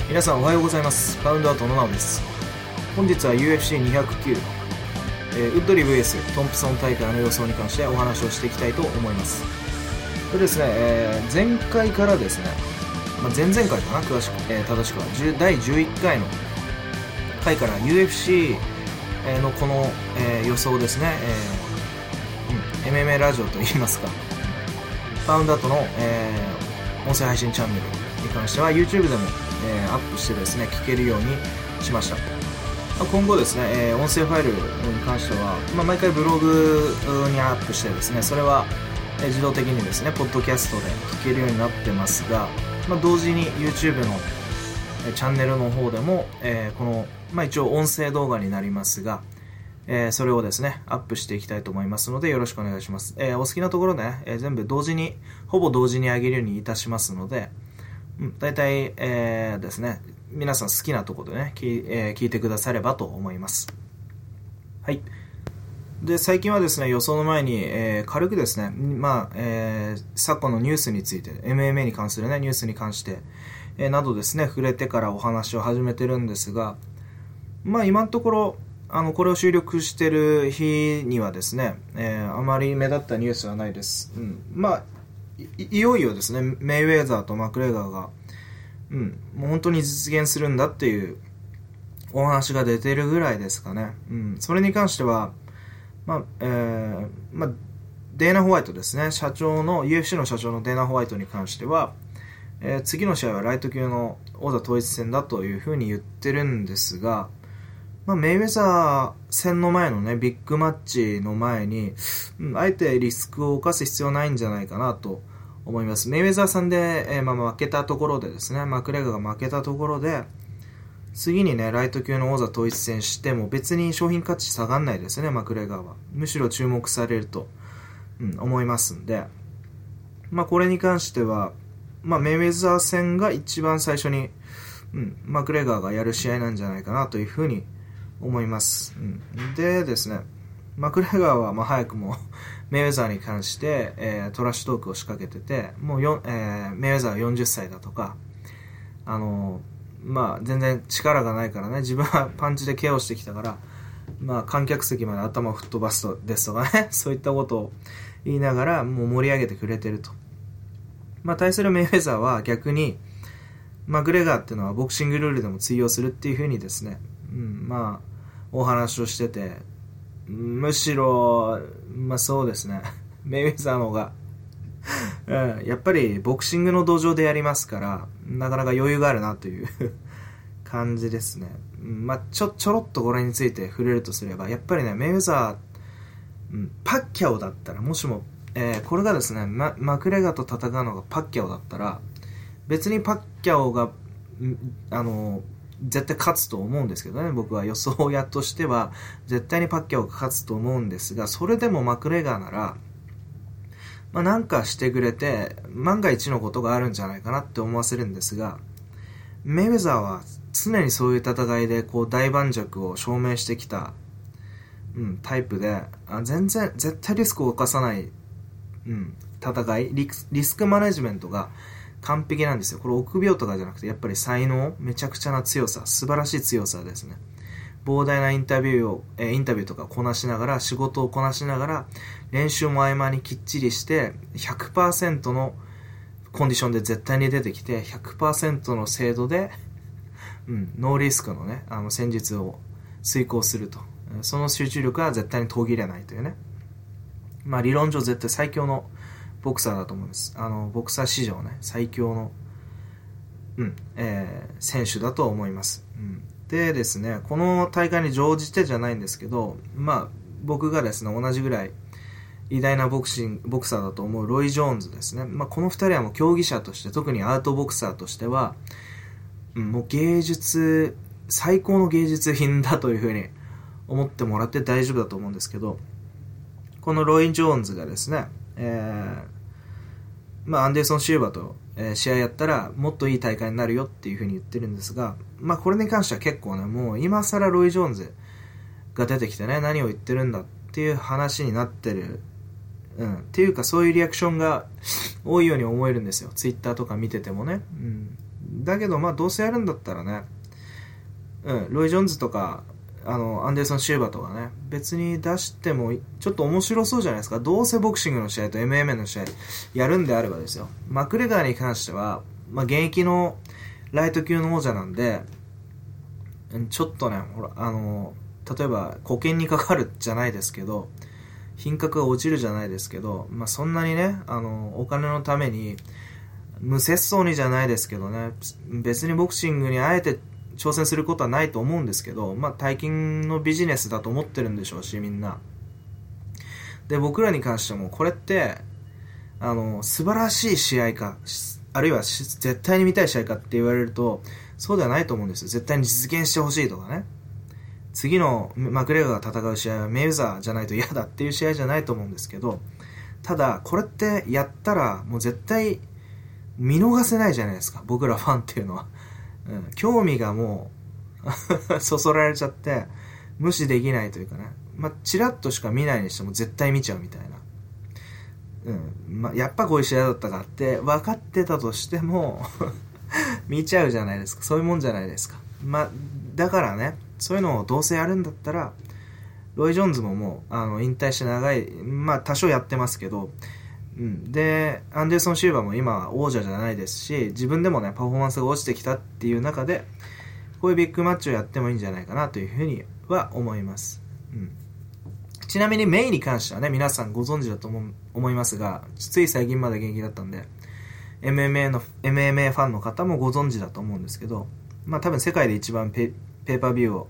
皆さんおはようございます。パウンドアウトのなおです。本日は UFC209、ウッドリー VS トンプソン大会の予想に関してお話をしていきたいと思います。でですね、前回からですね、前々回かな、正しくは第11回の回から UFC のこの予想ですね、MMA ラジオといいますか、パウンドアウトの音声配信チャンネルに関しては YouTube でもアップしてですね、聞けるようにしました。今後ですね、音声ファイルに関しては、毎回ブログにアップしてですね、それは自動的にですね、ポッドキャストで聞けるようになってますが、同時に YouTube のチャンネルの方でも、この、一応音声動画になりますが、それをですね、アップしていきたいと思いますので、よろしくお願いします。お好きなところでね、全部ほぼ同時に上げるようにいたしますので、大体、ですね、皆さん好きなところでね、聞いてくださればと思います。はい。で、最近はですね、予想の前に、軽くですね、昨今のニュースについて、MMA に関するね、ニュースに関して、などですね、触れてからお話を始めてるんですが、今のところ、これを収録してる日にはですね、あまり目立ったニュースはないです。いよいよですね、メイウェザーとマクレガーが、もう本当に実現するんだっていうお話が出てるぐらいですかね。それに関しては、デーナ・ホワイトですね、UFC の社長のデーナ・ホワイトに関しては、次の試合はライト級の王座統一戦だというふうに言ってるんですが、メイウェザー戦の前のね、ビッグマッチの前に、あえてリスクを冒す必要ないんじゃないかなと思います。メイウェザーさんで、負けたところでですね、マクレガーが負けたところで、次にね、ライト級の王座統一戦しても別に商品価値下がんないですね、マクレガーは。むしろ注目されると、思いますんで、これに関しては、メイウェザー戦が一番最初に、マクレガーがやる試合なんじゃないかなというふうに思います。でですね、マクレガーは早くもメイウェザーに関して、トラッシュトークを仕掛けてて、もうメイウェザーは40歳だとか、全然力がないからね、自分はパンチで KO してきたから、観客席まで頭を吹っ飛ばすとですとかね、そういったことを言いながらもう盛り上げてくれてると。対するメイウェザーは逆に、マクレガーっていうのはボクシングルールでも通用するっていうふうにですね、お話をしてて、むしろ、そうですね、メイウェザーの方が、やっぱりボクシングの道場でやりますから、なかなか余裕があるなという感じですね。ちょろっとこれについて触れるとすれば、やっぱりね、メイウェザー、パッキャオだったら、もしも、これがですね、マクレガーと戦うのがパッキャオだったら、別にパッキャオが、絶対勝つと思うんですけどね、僕は予想屋としては絶対にパッキャオが勝つと思うんですが、それでもマクレガーならなんかしてくれて万が一のことがあるんじゃないかなって思わせるんですが、メイウェザーは常にそういう戦いで大盤石を証明してきた、タイプで、全然絶対リスクを冒さない、戦い、リスクマネジメントが完璧なんですよ。これ臆病とかじゃなくて、やっぱり才能、めちゃくちゃな強さ、素晴らしい強さですね。膨大なインタビューとかこなしながら、仕事をこなしながら、練習も合間にきっちりして、100% のコンディションで絶対に出てきて、100% の精度で、ノーリスクのね、戦術を遂行すると。その集中力は絶対に途切れないというね。理論上絶対最強のボクサーだと思うんです。ボクサー史上ね、最強の、選手だと思います。でですね、この大会に乗じてじゃないんですけど、僕がですね、同じぐらい偉大なボクサーだと思うロイ・ジョーンズですね。この二人はもう競技者として、特にアウトボクサーとしては、もう最高の芸術品だというふうに思ってもらって大丈夫だと思うんですけど、このロイ・ジョーンズがですね、アンデルソン・シルバと、試合やったらもっといい大会になるよっていう風に言ってるんですが、これに関しては結構ね、もう今更ロイ・ジョーンズが出てきてね、何を言ってるんだっていう話になってる、っていうかそういうリアクションが多いように思えるんですよ、ツイッターとか見ててもね。 だけどどうせやるんだったらね、ロイ・ジョーンズとかアンデルソン・シューバーとかね、別に出してもちょっと面白そうじゃないですか。どうせボクシングの試合と MMA の試合やるんであればですよ。マクレガーに関しては、現役のライト級の王者なんで、ちょっとね、ほら、例えば保険にかかるじゃないですけど、品格が落ちるじゃないですけど、そんなにね、お金のために無節操にじゃないですけどね、別にボクシングにあえて挑戦することはないと思うんですけど、大金のビジネスだと思ってるんでしょうし、みんな。で、僕らに関してもこれって素晴らしい試合か、あるいは絶対に見たい試合かって言われると、そうではないと思うんですよ。絶対に実現してほしいとかね。次のマクレガーが戦う試合はメイウェザーじゃないと嫌だっていう試合じゃないと思うんですけど、ただこれってやったらもう絶対見逃せないじゃないですか、僕らファンっていうのは。興味がもうそそられちゃって無視できないというかね、チラッとしか見ないにしても絶対見ちゃうみたいな。やっぱこういう試合だったかって分かってたとしても見ちゃうじゃないですか。そういうもんじゃないですか。だからね、そういうのをどうせやるんだったら、ロイ・ジョーンズももう引退して長い、多少やってますけど、でアンデルソン・シューバーも今は王者じゃないですし、自分でもねパフォーマンスが落ちてきたっていう中で、こういうビッグマッチをやってもいいんじゃないかなというふうには思います。ちなみにメイに関してはね、皆さんご存知だと思いますが、つい最近まで現役だったんで MMA ファンの方もご存知だと思うんですけど、多分世界で一番ペーパービューを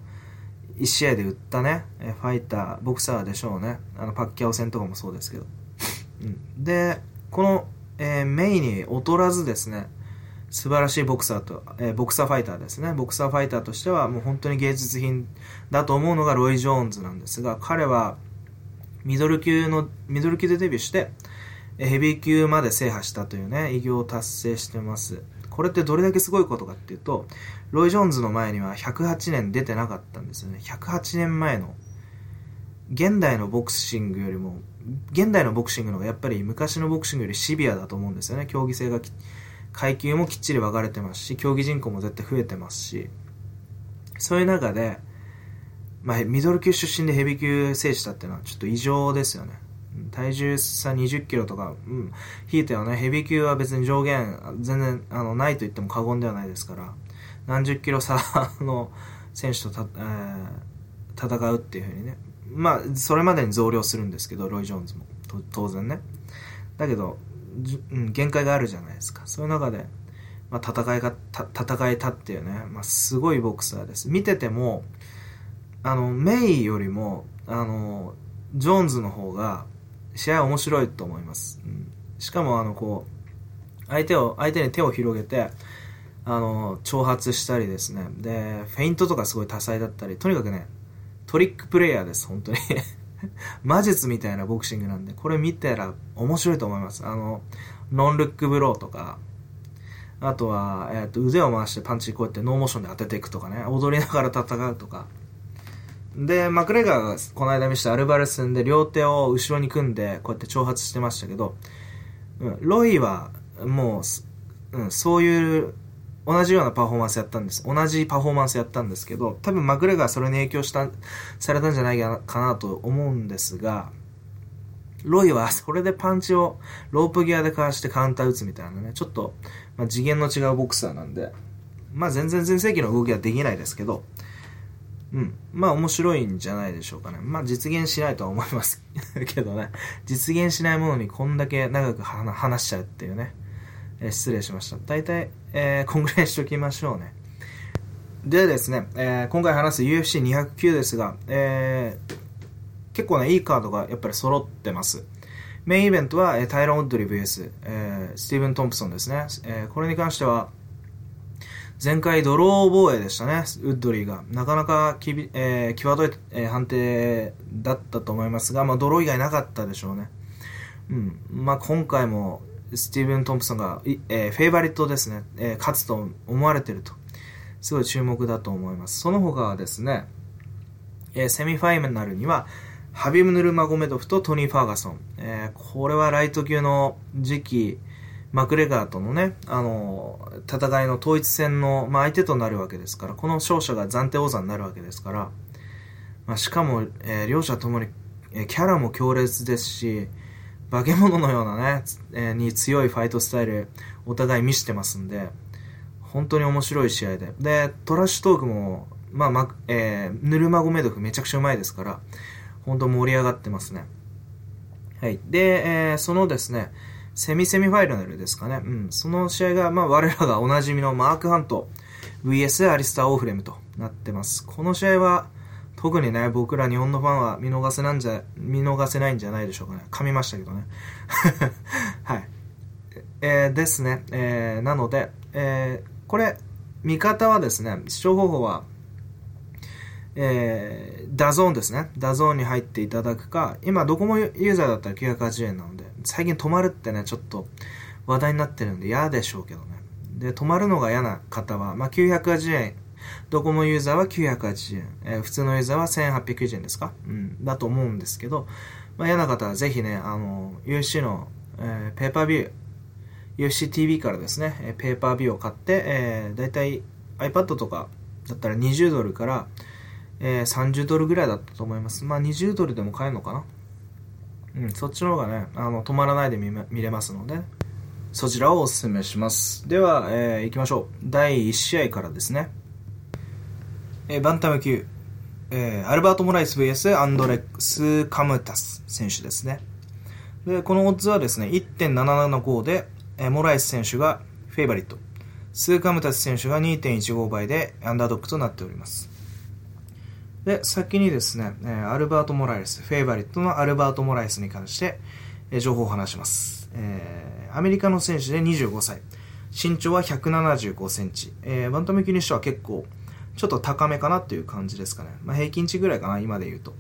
1試合で売ったねファイター、ボクサーでしょうね。パッキャオ戦とかもそうですけど、でこの、メイに劣らずですね、素晴らしいボクサーと、ボクサーファイターですね。ボクサーファイターとしてはもう本当に芸術品だと思うのがロイ・ジョーンズなんですが、彼はミドル級でデビューしてヘビー級まで制覇したというね偉業を達成してます。これってどれだけすごいことかっていうと、ロイ・ジョーンズの前には108年出てなかったんですよね。108年前の現代のボクシングよりも、現代のボクシングの方がやっぱり昔のボクシングよりシビアだと思うんですよね。競技性が階級もきっちり分かれてますし、競技人口も絶対増えてますし、そういう中で、ミドル級出身でヘビー級制したっていうのはちょっと異常ですよね。体重差20キロとか、引いてはね、ヘビー級は別に上限全然ないと言っても過言ではないですから、何十キロ差の選手と戦うっていう風にね、それまでに増量するんですけど、ロイ・ジョーンズも当然ね。だけど、限界があるじゃないですか。そういう中で、戦えたっていうね、すごいボクサーです。見ててもメイよりもジョーンズの方が試合面白いと思います。しかもこう相手に手を広げて挑発したりですね、でフェイントとかすごい多彩だったり、とにかくねトリックプレイヤーです、本当に魔術みたいなボクシングなんで、これ見たら面白いと思います。ノンルックブローとか、あとは、腕を回してパンチこうやってノーモーションで当てていくとかね、踊りながら戦うとかで、マクレガーがこの間見せたアルバレス戦で両手を後ろに組んでこうやって挑発してましたけど、ロイはもう、そういう同じようなパフォーマンスやったんです。同じパフォーマンスやったんですけど、多分マクレガーはそれに影響されたんじゃないかなと思うんですが、ロイはそれでパンチをロープギアでかわしてカウンター打つみたいなね、ちょっと、次元の違うボクサーなんで、全然全盛期の動きはできないですけど、面白いんじゃないでしょうかね。実現しないとは思いますけどね、実現しないものにこんだけ長く話しちゃうっていうね、失礼しました。大体、こんぐらいにしときましょうね。でですね、今回話す UFC209 ですが、結構ねいいカードがやっぱり揃ってます。メインイベントはタイロン・ウッドリー VS、スティーブン・トンプソンですね。これに関しては前回ドロー防衛でしたね。ウッドリーがなかなか際どい、判定だったと思いますが、ドロー以外なかったでしょうね。今回もスティーブン・トンプソンが、フェイバリットですね、勝つと思われていると、すごい注目だと思います。その他はですね、セミファイナルにはハビブ・ヌルマゴメドフとトニー・ファーガソン、これはライト級の次期マクレガーとのね、戦いの統一戦の、相手となるわけですから、この勝者が暫定王座になるわけですから、しかも、両者ともに、キャラも強烈ですし、化け物のようなね、に強いファイトスタイル、お互い見せてますんで、本当に面白い試合で。で、トラッシュトークも、ヌルマゴメドフめちゃくちゃうまいですから、本当盛り上がってますね。はい。で、そのですね、セミファイナルですかね。その試合が、我らがおなじみのマーク・ハント VS アリスター・オーフレムとなってます。この試合は、特にね、僕ら日本のファンは見逃せないんじゃないでしょうかね。噛みましたけどね。はい。ですね。なので、これ、見方はですね、視聴方法は、ダゾーンですね。ダゾーンに入っていただくか、今ドコモユーザーだったら980円なので、最近止まるってね、ちょっと話題になってるんで嫌でしょうけどね。で、止まるのが嫌な方は、980円、ドコモユーザーは980円、普通のユーザーは1890円ですか、だと思うんですけど、嫌な方はぜひね、UFC の、ペーパービュー、UFC TV からですね、ペーパービューを買って、だいたい iPad とかだったら20ドルから、30ドルぐらいだったと思います。20ドルでも買えるのかな。そっちの方がね、止まらないで見れますので、そちらをお勧めします。では、行きましょう。第1試合からですね。バンタム級、アルバート・モライス VS アンドレス・カムタス選手ですね。で、このオッズはですね、1.775 で、モライス選手がフェイバリット、ス・カムタス選手が 2.15 倍でアンダードッグとなっております。で、先にですね、アルバート・モライス、フェイバリットのアルバート・モライスに関して、情報を話します。アメリカの選手で25歳。身長は175センチ。バンタム級にしては結構、ちょっと高めかなっていう感じですかね。平均値ぐらいかな、今で言うと。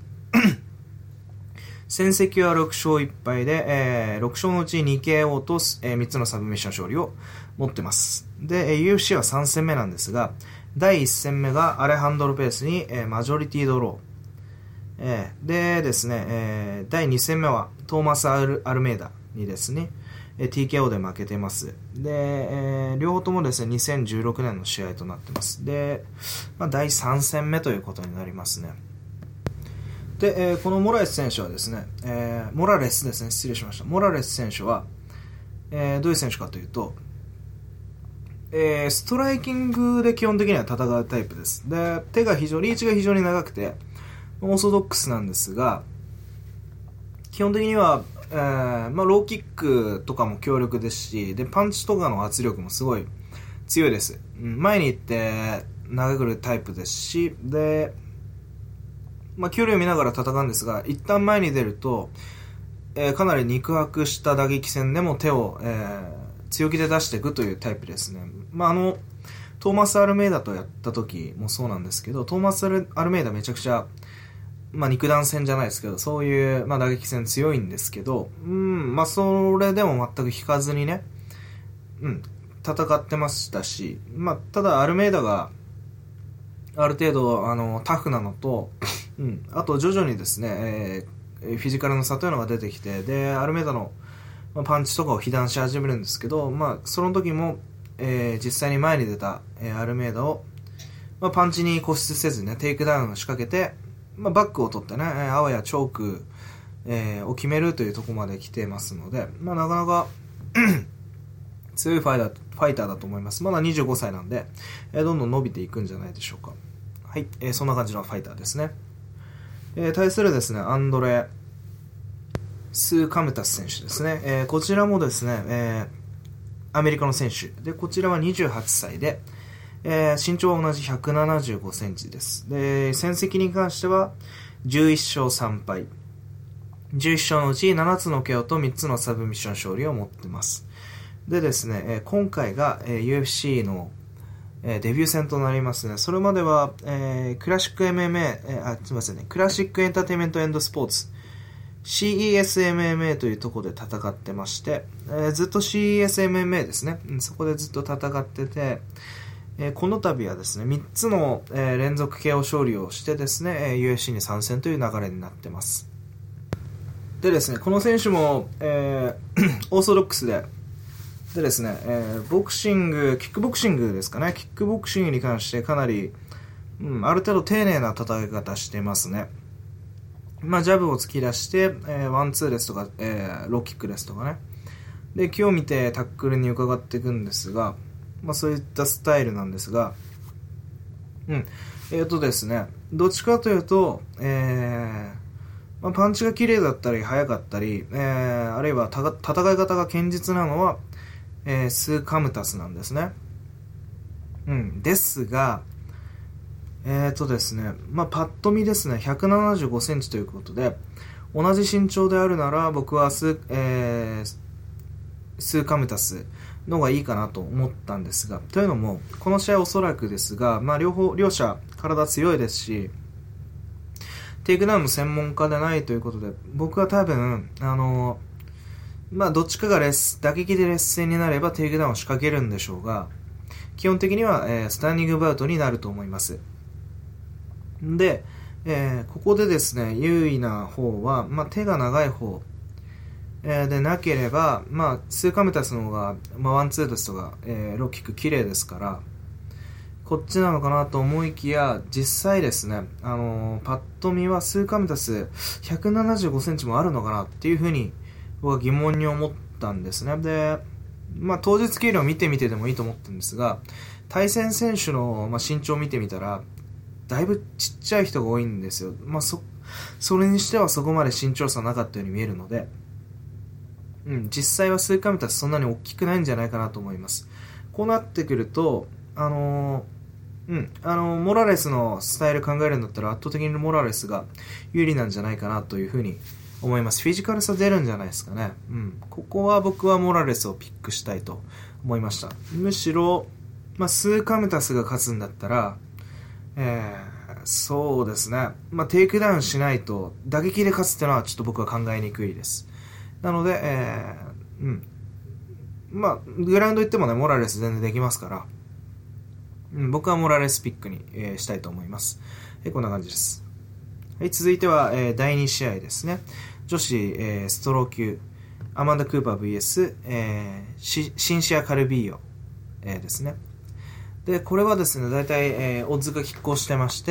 戦績は6勝1敗で、6勝のうち 2KO と、3つのサブミッション勝利を持ってます。で、UFC は3戦目なんですが、第1戦目がアレハンドロ・ペースに、マジョリティドロー。でですね、第2戦目はトーマス・アルメイダにですね、TKO で負けてます。で、両方ともですね、2016年の試合となってます。で、第3戦目ということになりますね。で、このモラレス選手はですね、モラレスですね、失礼しました。モラレス選手は、どういう選手かというと、ストライキングで基本的には戦うタイプです。で、リーチが非常に長くて、オーソドックスなんですが、基本的には、ローキックとかも強力ですし、で、パンチとかの圧力もすごい強いです。前に行って投げくるタイプですし、で、距離を見ながら戦うんですが、一旦前に出ると、かなり肉薄した打撃戦でも手を、強気で出していくというタイプですね。トーマス・アルメイダとやった時もそうなんですけど、トーマス・アルメイダめちゃくちゃ、肉弾戦じゃないですけど、そういう、打撃戦強いんですけど、それでも全く引かずにね、戦ってましたし、ただアルメイダが、ある程度、タフなのと、あと徐々にですね、フィジカルの差というのが出てきて、で、アルメイダのパンチとかを被弾し始めるんですけど、その時も、実際に前に出た、アルメイダを、パンチに固執せずね、テイクダウンを仕掛けて、バックを取ってね、あわやチョーク、を決めるというところまで来てますので、なかなか強いファイターだと思います。まだ25歳なんで、どんどん伸びていくんじゃないでしょうか。はい、そんな感じのファイターですね。対するですね、アンドレ・ス・カムタス選手ですね。こちらもですね、アメリカの選手で、こちらは28歳で、身長は同じ175センチです。で、戦績に関しては11勝3敗。11勝のうち7つの KO と3つのサブミッション勝利を持ってます。でですね、今回が、UFC の、デビュー戦となりますね。それまでは、クラシック MMA、すみませんね、クラシックエンターテインメント&スポーツ、CESMMA というところで戦ってまして、ずっと CESMMA ですね。そこでずっと戦ってて、この度はですね、3つの、連続 KO 勝利をしてですね、UFC に参戦という流れになってます。でですね、この選手も、オーソドックスで、 でですね、ボクシング、キックボクシングですかね。キックボクシングに関してかなり、ある程度丁寧な戦い方してますね。ジャブを突き出して、ワンツーですとか、ローキックですとかね。で、気を見てタックルに伺っていくんですが、そういったスタイルなんですが、ですね、どっちかというと、パンチが綺麗だったり、速かったり、あるいは戦い方が堅実なのは、スーカムタスなんですね。ですが、ですね、パッと見ですね、175センチということで、同じ身長であるなら、僕はスーカムタスの方がいいかなと思ったんですが、というのも、この試合おそらくですが、両者体強いですし、テイクダウンの専門家でないということで、僕は多分、どっちかが打撃で劣勢になればテイクダウンを仕掛けるんでしょうが、基本的には、スタンディングバウトになると思います。で、ここでですね、優位な方は、手が長い方、でなければ、スーカムタスの方が、ワンツーですとか、ローキック綺麗ですから、こっちなのかなと思いきや、実際ですね、パッと見はスーカムタス175センチもあるのかなっていうふうに、僕は疑問に思ったんですね。で、当日計量を見てみてでもいいと思ったんですが、対戦選手の、身長を見てみたら、だいぶちっちゃい人が多いんですよ。それにしてはそこまで身長差なかったように見えるので、実際はスーカムタスそんなに大きくないんじゃないかなと思います。こうなってくると、モラレスのスタイル考えるんだったら圧倒的にモラレスが有利なんじゃないかなというふうに思います。フィジカル差出るんじゃないですかね。ここは僕はモラレスをピックしたいと思いました。むしろ、スーカムタスが勝つんだったら、そうですね。テイクダウンしないと打撃で勝つっていうのはちょっと僕は考えにくいです。なので、グラウンド行ってもね、モラレス全然できますから、僕はモラレスピックに、したいと思います。こんな感じです。はい、続いては、第2試合ですね。女子、ストロー級、アマンダ・クーパー VS、シンシア・カルビーヨ、ですね。で、これはですね、だいたい、オッズが拮抗してまして、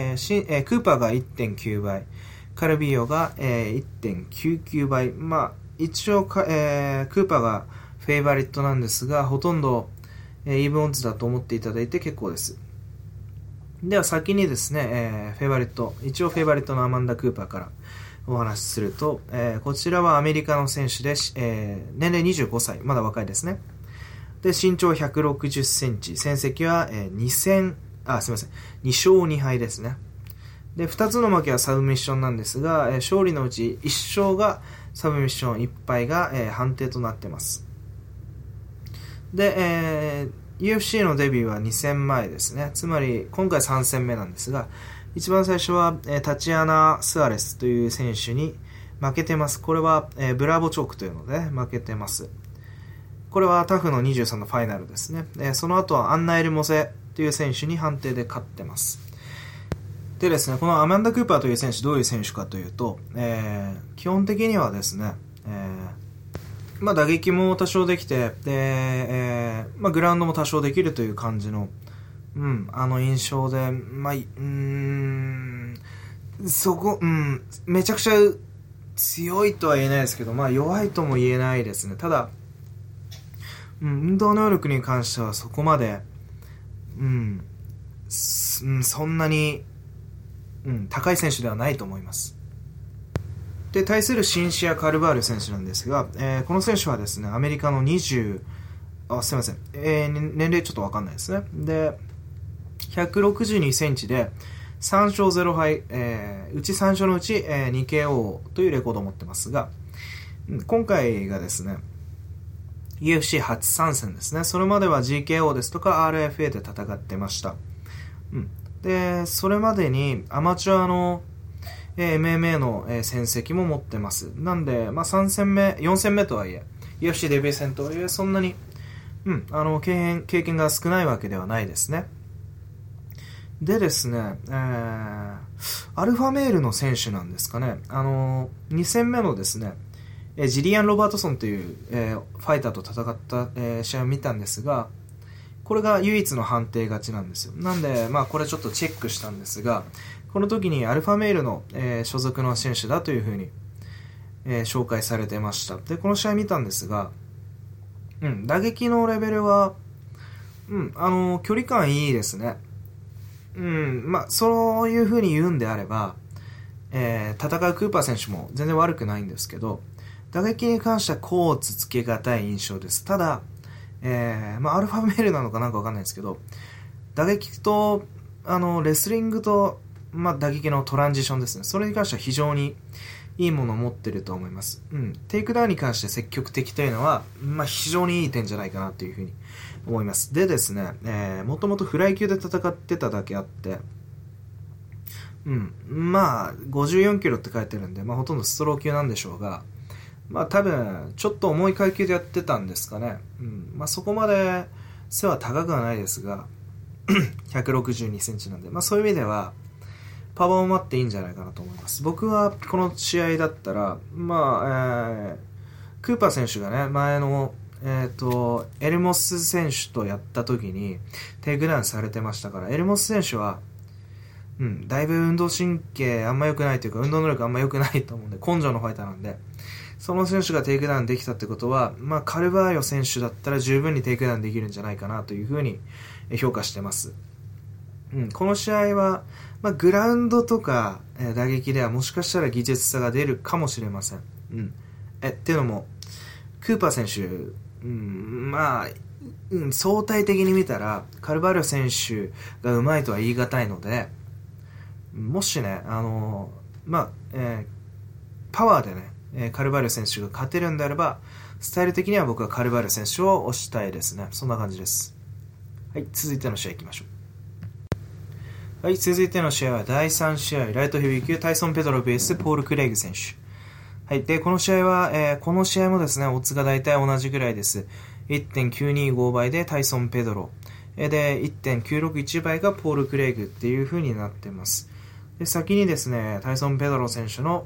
クーパーが 1.9 倍、カルビーヨが、1.99 倍。一応クーパーがフェイバリットなんですが、ほとんど、イーブンオッズだと思っていただいて結構です。では先にですね、一応フェイバリットのアマンダ・クーパーからお話しすると、こちらはアメリカの選手で、年齢25歳、まだ若いですね。で、身長160センチ、戦績は、2勝2敗ですね。で、2つの負けはサブミッションなんですが、勝利のうち1勝がサブミッション、1敗が、判定となっています。で、UFC のデビューは2戦前ですね。つまり、今回3戦目なんですが、一番最初は、タチアナ・スアレスという選手に負けてます。これは、ブラボチョークというので、負けてます。これはタフの23のファイナルですね。その後はアンナ・エルモセという選手に判定で勝ってます。でですね、このアマンダ・クーパーという選手、どういう選手かというと、基本的にはですね、打撃も多少できて、で、グラウンドも多少できるという感じの、印象で、めちゃくちゃ強いとは言えないですけど、弱いとも言えないですね。ただ、運動能力に関してはそこまで、そんなに、高い選手ではないと思います。で、対するシンシア・カルバール選手なんですが、この選手はですね、アメリカの年齢ちょっとわかんないですね。で、162センチで3勝0敗、うち3勝のうち、2KO というレコードを持ってますが、今回がですね、UFC 初参戦ですね。それまでは GKO ですとか RFA で戦ってました。で、それまでにアマチュアの、MMA の、戦績も持ってます。なんで、3戦目、4戦目とはいえ、UFC デビュー戦とはいえ、そんなに、経験が少ないわけではないですね。でですね、アルファメールの選手なんですかね。2戦目のですね、 ジリアン・ロバートソンという、ファイターと戦った、試合を見たんですが、これが唯一の判定勝ちなんですよ。なんで、これちょっとチェックしたんですが、この時にアルファメールの、所属の選手だというふうに、紹介されてました。で、この試合見たんですが、打撃のレベルは、距離感いいですね。そういう風に言うんであれば、戦うクーパー選手も全然悪くないんですけど、打撃に関しては甲乙つけがたい印象です。ただ、アルファメールなのかなんかわかんないですけど、打撃と、レスリングと、打撃のトランジションですね。それに関しては非常にいいものを持ってると思います。テイクダウンに関して積極的というのは、非常にいい点じゃないかなというふうに思います。でですね、もともとフライ級で戦ってただけあって、54キロって書いてるんで、ほとんどストロー級なんでしょうが、多分、ちょっと重い階級でやってたんですかね。そこまで背は高くはないですが、162センチなんで、そういう意味では、パワーを待っていいんじゃないかなと思います。僕はこの試合だったら、クーパー選手がね、前の、エルモス選手とやった時にテイクダウンされてましたから、エルモス選手は、だいぶ運動神経あんま良くないというか、運動能力あんま良くないと思うんで、根性のファイターなんで、その選手がテイクダウンできたってことは、カルバーヨ選手だったら十分にテイクダウンできるんじゃないかなというふうに評価してます。この試合は、グラウンドとか、打撃ではもしかしたら技術差が出るかもしれません。っていうのも、クーパー選手、相対的に見たら、カルバーリョ選手が上手いとは言い難いので、もしね、パワーでね、カルバーリョ選手が勝てるんであれば、スタイル的には僕はカルバーリョ選手を推したいですね。そんな感じです。はい、続いての試合行きましょう。はい、続いての試合は第3試合、ライトヘビー級タイソン・ペドロ vs ポール・クレイグ選手。はい、で、この試合は、この試合もですね、オッズが大体同じぐらいです。1.925 倍でタイソン・ペドロ。で、1.961 倍がポール・クレイグっていう風になってます。で、先にですね、タイソン・ペドロ選手の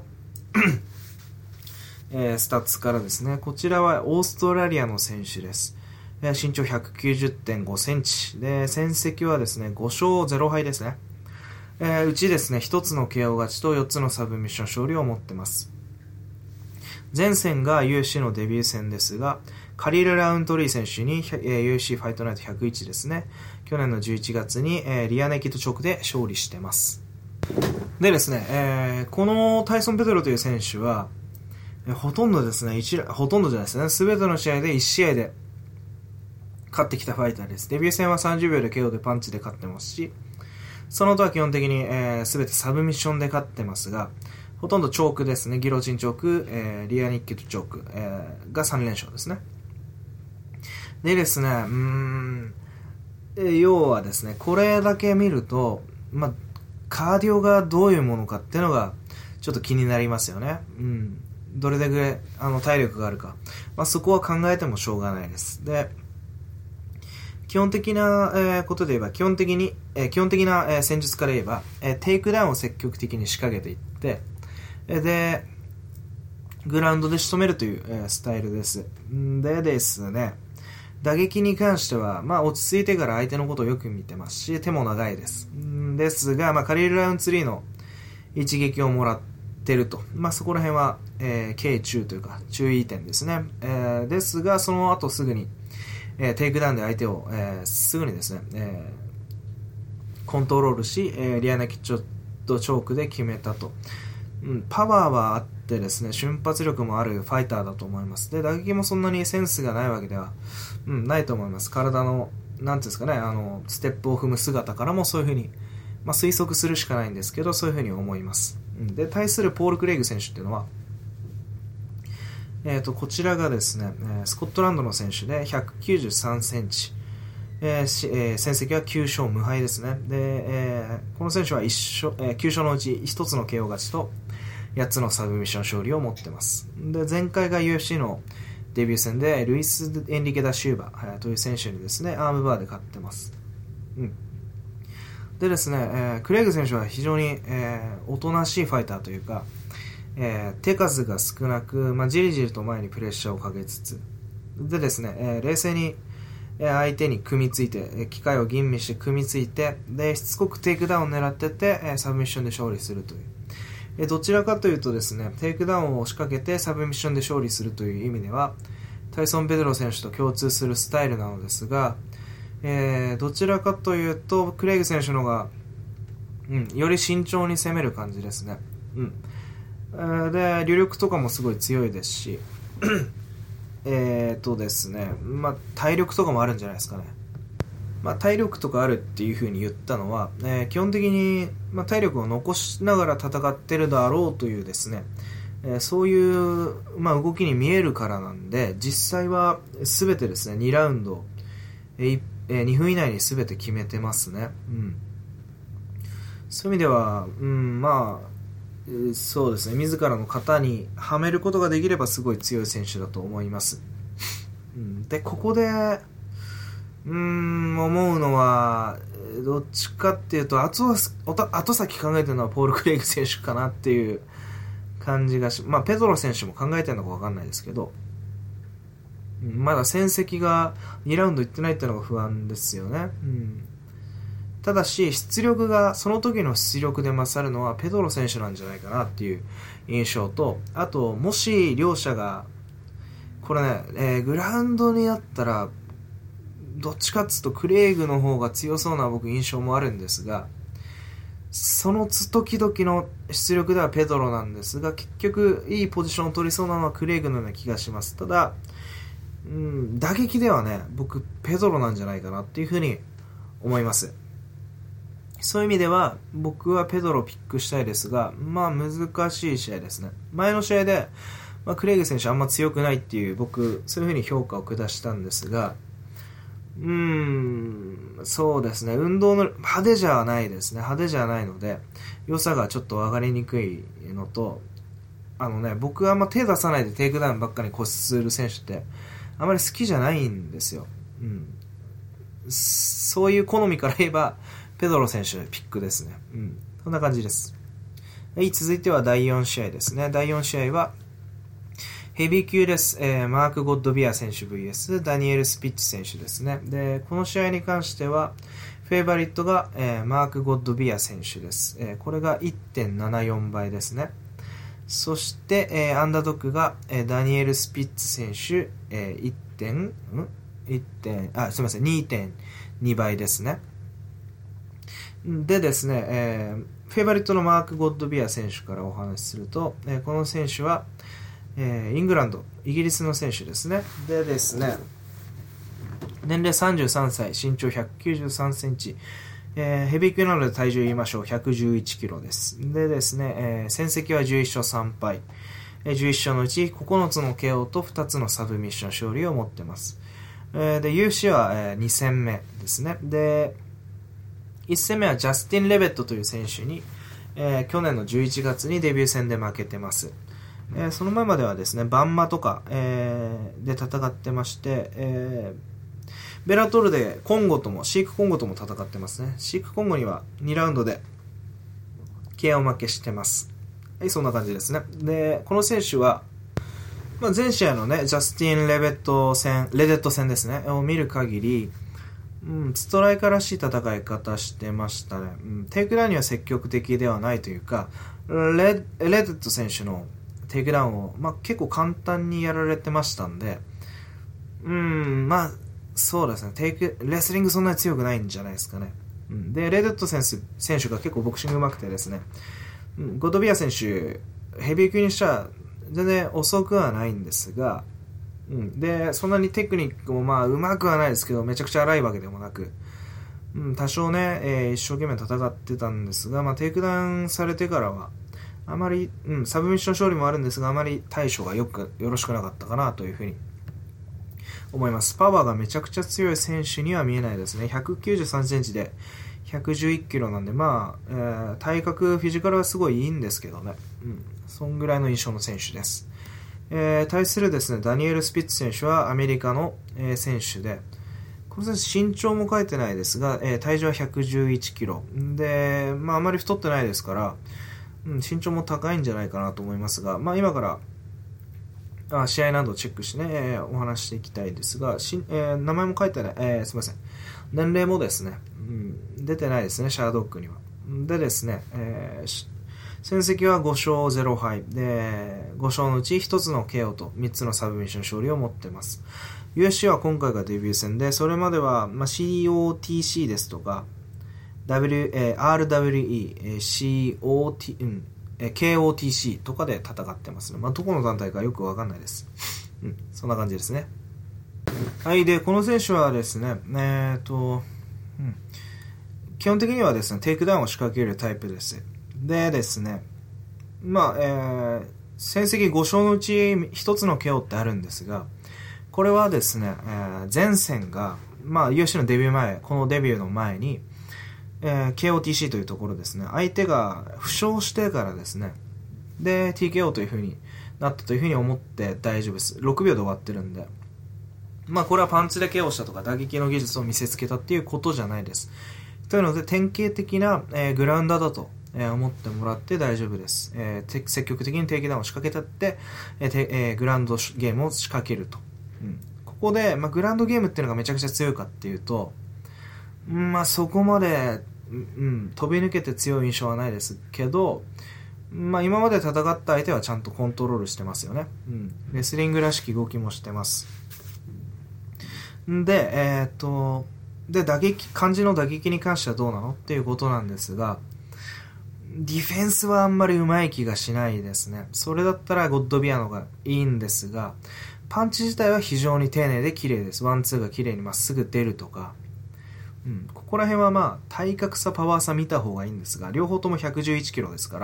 スタッツからですね、こちらはオーストラリアの選手です。身長 190.5 センチ。で、戦績はですね、5勝0敗ですね。うちですね、1つの KO 勝ちと4つのサブミッション勝利を持ってます。前戦が UFC のデビュー戦ですが、カリル・ラウントリー選手に、UFC ファイトナイト101ですね、去年の11月に、リアネキッドチョークで勝利してます。でですね、このタイソン・ペドロという選手は、ほとんどですね、ほとんどじゃないですね、すべての試合で1試合で勝ってきたファイターです。デビュー戦は30秒で KO でパンチで勝ってますし、その後は基本的にすべてサブミッションで勝ってますが、ほとんどチョークですね、ギロチンチョーク、リアニッキッドチョーク、が3連勝ですね。でですね、要はですね、これだけ見ると、カーディオがどういうものかっていうのがちょっと気になりますよね。どれだけ体力があるか、そこは考えてもしょうがないです。で、基本的な、ことで言えば、基本的な、戦術から言えば、テイクダウンを積極的に仕掛けていって、で、グラウンドで仕留めるという、スタイルです。でですね、打撃に関しては、落ち着いてから相手のことをよく見てますし、手も長いです。ですが、カリル・ラウンツリーの一撃をもらってると。そこら辺は、軽中というか、注意点ですね。ですが、その後すぐに、テイクダウンで相手を、すぐにですね、コントロールし、リアネキッドチョークで決めたと。パワーはあってですね、瞬発力もあるファイターだと思います。で、打撃もそんなにセンスがないわけでは、ないと思います。体の、なんていうんですかね、ステップを踏む姿からもそういうふうに、推測するしかないんですけど、そういうふうに思います。で、対するポール・クレイグ選手っていうのは、こちらがですね、スコットランドの選手で193センチ、戦績は9勝無敗ですね。で、この選手は9勝のうち1つの KO 勝ちと8つのサブミッション勝利を持ってます。で、前回が UFC のデビュー戦でルイス・エンリケ・ダ・シューバーという選手にですね、アームバーで勝ってます。でですね、クレイグ選手は非常に、おとなしいファイターというか、 手数が少なく、じりじりと前にプレッシャーをかけつつ、でですね、冷静に相手に組みついて、機会を吟味して組みついて、で、しつこくテイクダウンを狙ってって、サブミッションで勝利するという。どちらかというとですね、テイクダウンを仕掛けてサブミッションで勝利するという意味では、タイソン・ペドロ選手と共通するスタイルなのですが、どちらかというと、クレイグ選手の方が、より慎重に攻める感じですね。で、旅力とかもすごい強いですし、ですね、体力とかもあるんじゃないですかね。体力とかあるっていう風に言ったのは、基本的に、体力を残しながら戦ってるだろうというですね、そういう、動きに見えるからなんで、実際は全てですね、2ラウンド、2分以内に全て決めてますね。そういう意味では、そうですね、自らの型にはめることができればすごい強い選手だと思います。で、ここで、思うのは、どっちかっていうと、後先考えてるのはポール・クレイグ選手かなっていう感じがペドロ選手も考えてるのか分かんないですけど、まだ戦績が2ラウンドいってないっていうのが不安ですよね。ただし、出力が、その時の出力で勝るのはペドロ選手なんじゃないかなっていう印象と、あと、もし両者が、これね、グラウンドになったら、どっちかっつうとクレイグの方が強そうな僕印象もあるんですが、その時々の出力ではペドロなんですが、結局いいポジションを取りそうなのはクレイグのような気がします。ただ、打撃ではね、僕ペドロなんじゃないかなっていうふうに思います。そういう意味では僕はペドロをピックしたいですが、難しい試合ですね。前の試合で、クレイグ選手あんま強くないっていう僕そういうふうに評価を下したんですが、そうですね、運動の派手じゃないですね。派手じゃないので良さがちょっと上がりにくいのと、僕はあんま手出さないでテイクダウンばっかり固執する選手ってあまり好きじゃないんですよ。そういう好みから言えばペドロ選手ピックですね。そんな感じです。続いては第4試合ですね。第4試合はヘビー級です。マーク・ゴッドビア選手 vs ダニエル・スピッチ選手ですね。で、この試合に関してはフェイバリットが、マーク・ゴッドビア選手です。これが 1.74 倍ですね。そして、アンダードッグが、ダニエル・スピッツ選手、2.2 倍ですね。でですね、フェイバリットのマーク・ゴッドビア選手からお話しすると、この選手は、イングランド、イギリスの選手ですね。でですね、年齢33歳、身長193センチ、ヘビー級なので体重言いましょう、111キロです。でですね、戦績は11勝3敗。11勝のうち9つの KO と2つのサブミッション勝利を持ってます。で、UFC は、2戦目ですね。で、1戦目はジャスティン・レベットという選手に、去年の11月にデビュー戦で負けてます。その前まではですね、バンマとか、で戦ってまして、ベラトルでシークコンゴとも戦ってますね。シークコンゴには2ラウンドで KO 負けしてます。はい、そんな感じですね。で、この選手は、前試合のね、ジャスティン・レデット戦ですね、を見る限り、ストライカーらしい戦い方してましたね。テイクダウンには積極的ではないというか、レデット選手のテイクダウンを、結構簡単にやられてましたんで、そうですね、レスリングそんなに強くないんじゃないですかね。で、レデット選手が結構ボクシング上手くてですね、ゴドビア選手、ヘビー級にしたら全然遅くはないんですが、で、そんなにテクニックも上手くはないですけど、めちゃくちゃ荒いわけでもなく、多少ね、一生懸命戦ってたんですが、テイクダウンされてからは、あまり、サブミッション勝利もあるんですが、あまり対処がよろしくなかったかなというふうに思います。パワーがめちゃくちゃ強い選手には見えないですね。193センチで111キロなんで、体格、フィジカルはすごいいいんですけどね。そんぐらいの印象の選手です。対するですね、ダニエル・スピッツ選手はアメリカの、選手で、この選手身長も書いてないですが、体重は111キロ。で、あまり太ってないですから、 身長も高いんじゃないかなと思いますが、今から試合などをチェックしてね、お話していきたいですが、名前も書いてない、すみません。年齢もですね、出てないですね、シャードックには。でですね、戦績は5勝0敗で、5勝のうち1つの KO と3つのサブミッション勝利を持っています。UFC は今回がデビュー戦で、それまでは、COTC ですとか、RWE、KOTC とかで戦ってますね。どこの団体かよくわかんないです。そんな感じですね。はい、で、この選手はですね、基本的にはですね、テイクダウンを仕掛けるタイプです。でですね、戦績5勝のうち1つの KO ってあるんですが、これはですね、前戦が、UFC のデビュー前、このデビューの前に、KOTC というところですね、相手が負傷してからですね、で TKO という風になったという風に思って大丈夫です。6秒で終わってるんで、これはパンチで KO したとか打撃の技術を見せつけたっていうことじゃないです。というので典型的な、グラウンダーだと、思ってもらって大丈夫です。積極的にテイクダウンを仕掛けたって、グラウンドゲームを仕掛けると。ここで、グラウンドゲームっていうのがめちゃくちゃ強いかっていうと、そこまで、飛び抜けて強い印象はないですけど、今まで戦った相手はちゃんとコントロールしてますよね。レスリングらしき動きもしてます。で、肝心の打撃に関してはどうなのっていうことなんですが、ディフェンスはあんまりうまい気がしないですね。それだったらゴッドビアノがいいんですが、パンチ自体は非常に丁寧で綺麗です。ワンツーが綺麗にまっすぐ出るとか、ここら辺は体格差パワー差見た方がいいんですが、両方とも111キロですから、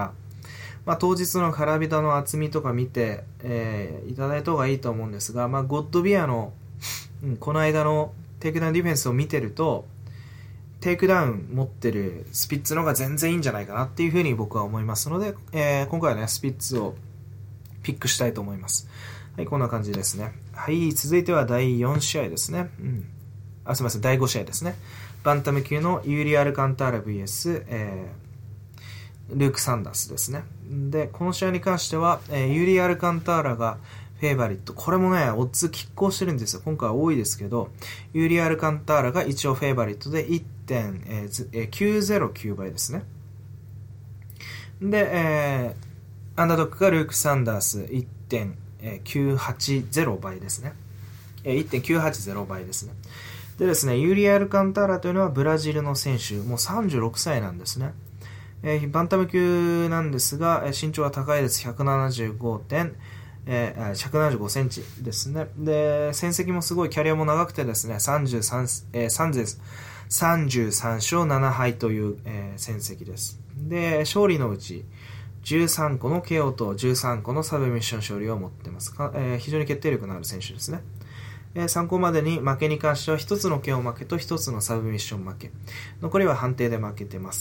当日のカラビタの厚みとか見て、いただいた方がいいと思うんですが、ゴッドビアの、この間のテイクダウンディフェンスを見てると、テイクダウン持ってるスピッツの方が全然いいんじゃないかなっていうふうに僕は思いますので、今回はね、スピッツをピックしたいと思います。はい、こんな感じですね。はい、続いては第4試合ですね。すみません、第5試合ですね。バンタム級のユーリ・アルカンターラ VS、ルーク・サンダースですね。で、この試合に関しては、ユーリ・アルカンターラがフェイバリット。これもね、オッズ拮抗してるんですよ。今回は多いですけど、ユーリ・アルカンターラが一応フェイバリットで 1.909 倍ですね。で、アンダードックがルーク・サンダース 1.980 倍ですね。1.980 倍ですね。でですね、ユーリ・アルカンターラというのはブラジルの選手、もう36歳なんですね。バンタム級なんですが、身長は高いです。175センチですね。で、戦績もすごい、キャリアも長くてですね、33勝7敗という、戦績です。で、勝利のうち13個の KO と13個のサブミッション勝利を持っています。非常に決定力のある選手ですね。参考までに負けに関しては1つの KO 負けと1つのサブミッション負け。残りは判定で負けてます。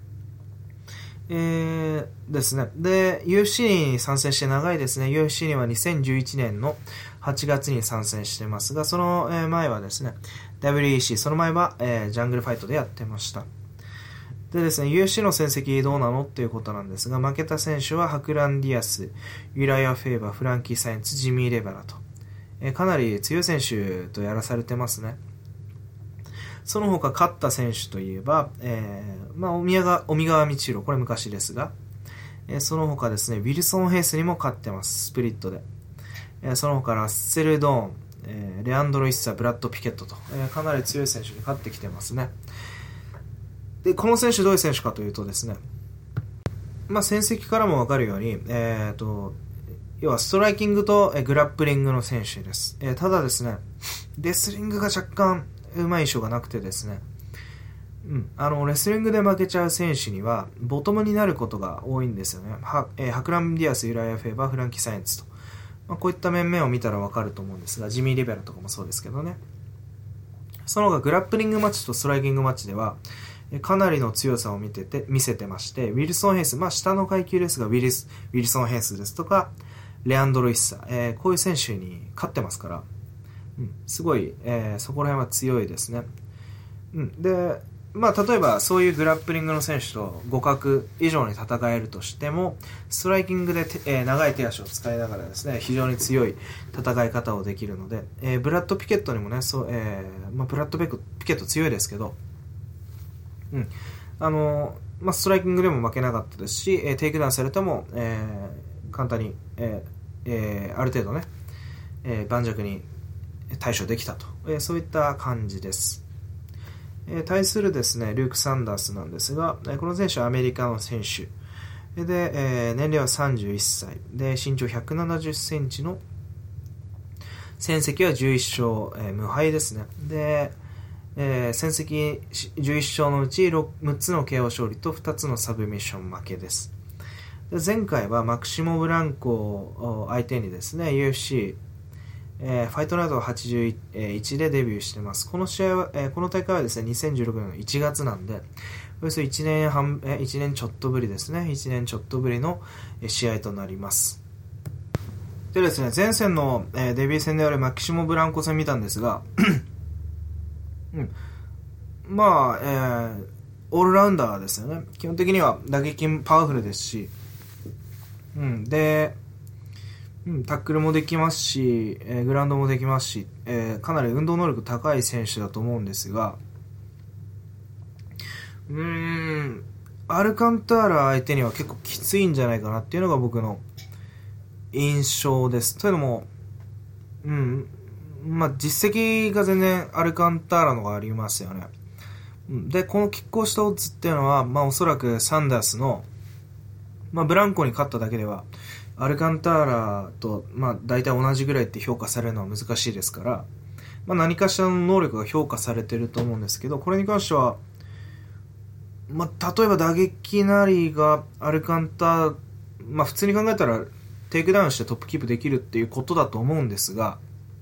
ですね。で、UFC に参戦して長いですね。UFC には2011年の8月に参戦してますが、その前はですね、WEC、その前はジャングルファイトでやってました。でですね、UFC の戦績どうなのっていうことなんですが、負けた選手はハクラン・ディアス、ユライア・フェーバー、フランキー・サインツ、ジミー・レバラと。かなり強い選手とやらされてますね。その他勝った選手といえば、尾身川道弘、これ昔ですが、その他ですね、ウィルソン・ヘイスにも勝ってます、スプリットで。その他ラッセル・ドーン、レアンドロ・イッサ、ブラッド・ピケットと、かなり強い選手に勝ってきてますね。で、この選手どういう選手かというとですね、戦績からも分かるように、要はストライキングとグラップリングの選手です。ただですね、レスリングが若干うまい印象がなくてですね、レスリングで負けちゃう選手にはボトムになることが多いんですよね。ハクラン・ディアス、ユライア・フェーバー、フランキー・サイエンツと、こういった面々を見たら分かると思うんですが、ジミー・リベラとかもそうですけどね。その他グラップリングマッチとストライキングマッチではかなりの強さを見せてまして、ウィルソン・ヘイス、下の階級ですがウィルソン・ヘイスですとかレアンドロ・イッサ、こういう選手に勝ってますから、すごい、そこら辺は強いですね。で、 まあ、例えばそういうグラップリングの選手と互角以上に戦えるとしても、ストライキングで長い手足を使いながらですね、非常に強い戦い方をできるので、ブラッド・ピケットにもね、ブラッド・ピケット強いですけど、ストライキングでも負けなかったですし、テイクダウンされても、簡単に、ある程度ね、盤石に対処できたと、そういった感じです。対するですね、ルーク・サンダースなんですが、この選手はアメリカの選手で、年齢は31歳で、身長170センチの戦績は11勝、無敗ですね。で、戦績11勝のうち 6つの KO 勝利と2つのサブミッション負けです。で、前回はマクシモ・ブランコを相手にですね、UFCファイトナイト81でデビューしてます。この試合は、この大会はですね、2016年の1月なんで、およそ1年ちょっとぶりですね。1年ちょっとぶりの試合となります。でですね、前戦のデビュー戦であるマキシモ・ブランコ戦見たんですが、オールラウンダーですよね。基本的には打撃パワフルですし、で、タックルもできますし、グラウンドもできますし、かなり運動能力高い選手だと思うんですが、アルカンターラ相手には結構きついんじゃないかなっていうのが僕の印象です。というのも、実績が全然アルカンターラのがありますよね。で、この拮抗したオッズっていうのは、おそらくサンダースの、ブランコに勝っただけでは、アルカンターラと、大体同じぐらいって評価されるのは難しいですから、何かしらの能力が評価されてると思うんですけど、これに関しては、例えば打撃なりがアルカンター、普通に考えたらテイクダウンしてトップキープできるっていうことだと思うんですが、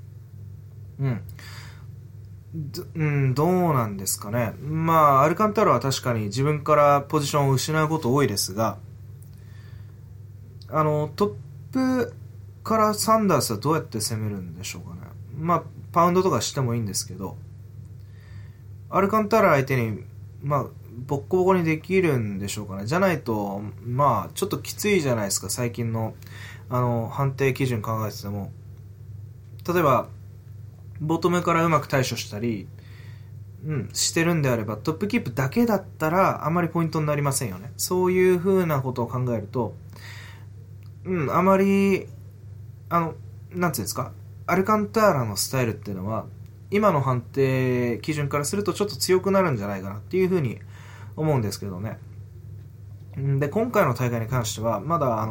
どうなんですかね。アルカンターラは確かに自分からポジションを失うこと多いですが、トップからサンダースはどうやって攻めるんでしょうかね。パウンドとかしてもいいんですけど、アルカンターラ相手に、ボッコボコにできるんでしょうかね。じゃないと、ちょっときついじゃないですか、最近の、判定基準考えてても。例えば、ボトムからうまく対処したり、してるんであれば、トップキープだけだったら、あまりポイントになりませんよね。そういう風なことを考えると、あまり、なんていうんですか、アルカンターラのスタイルっていうのは、今の判定基準からするとちょっと強くなるんじゃないかなっていうふうに思うんですけどね。で、今回の大会に関しては、まだ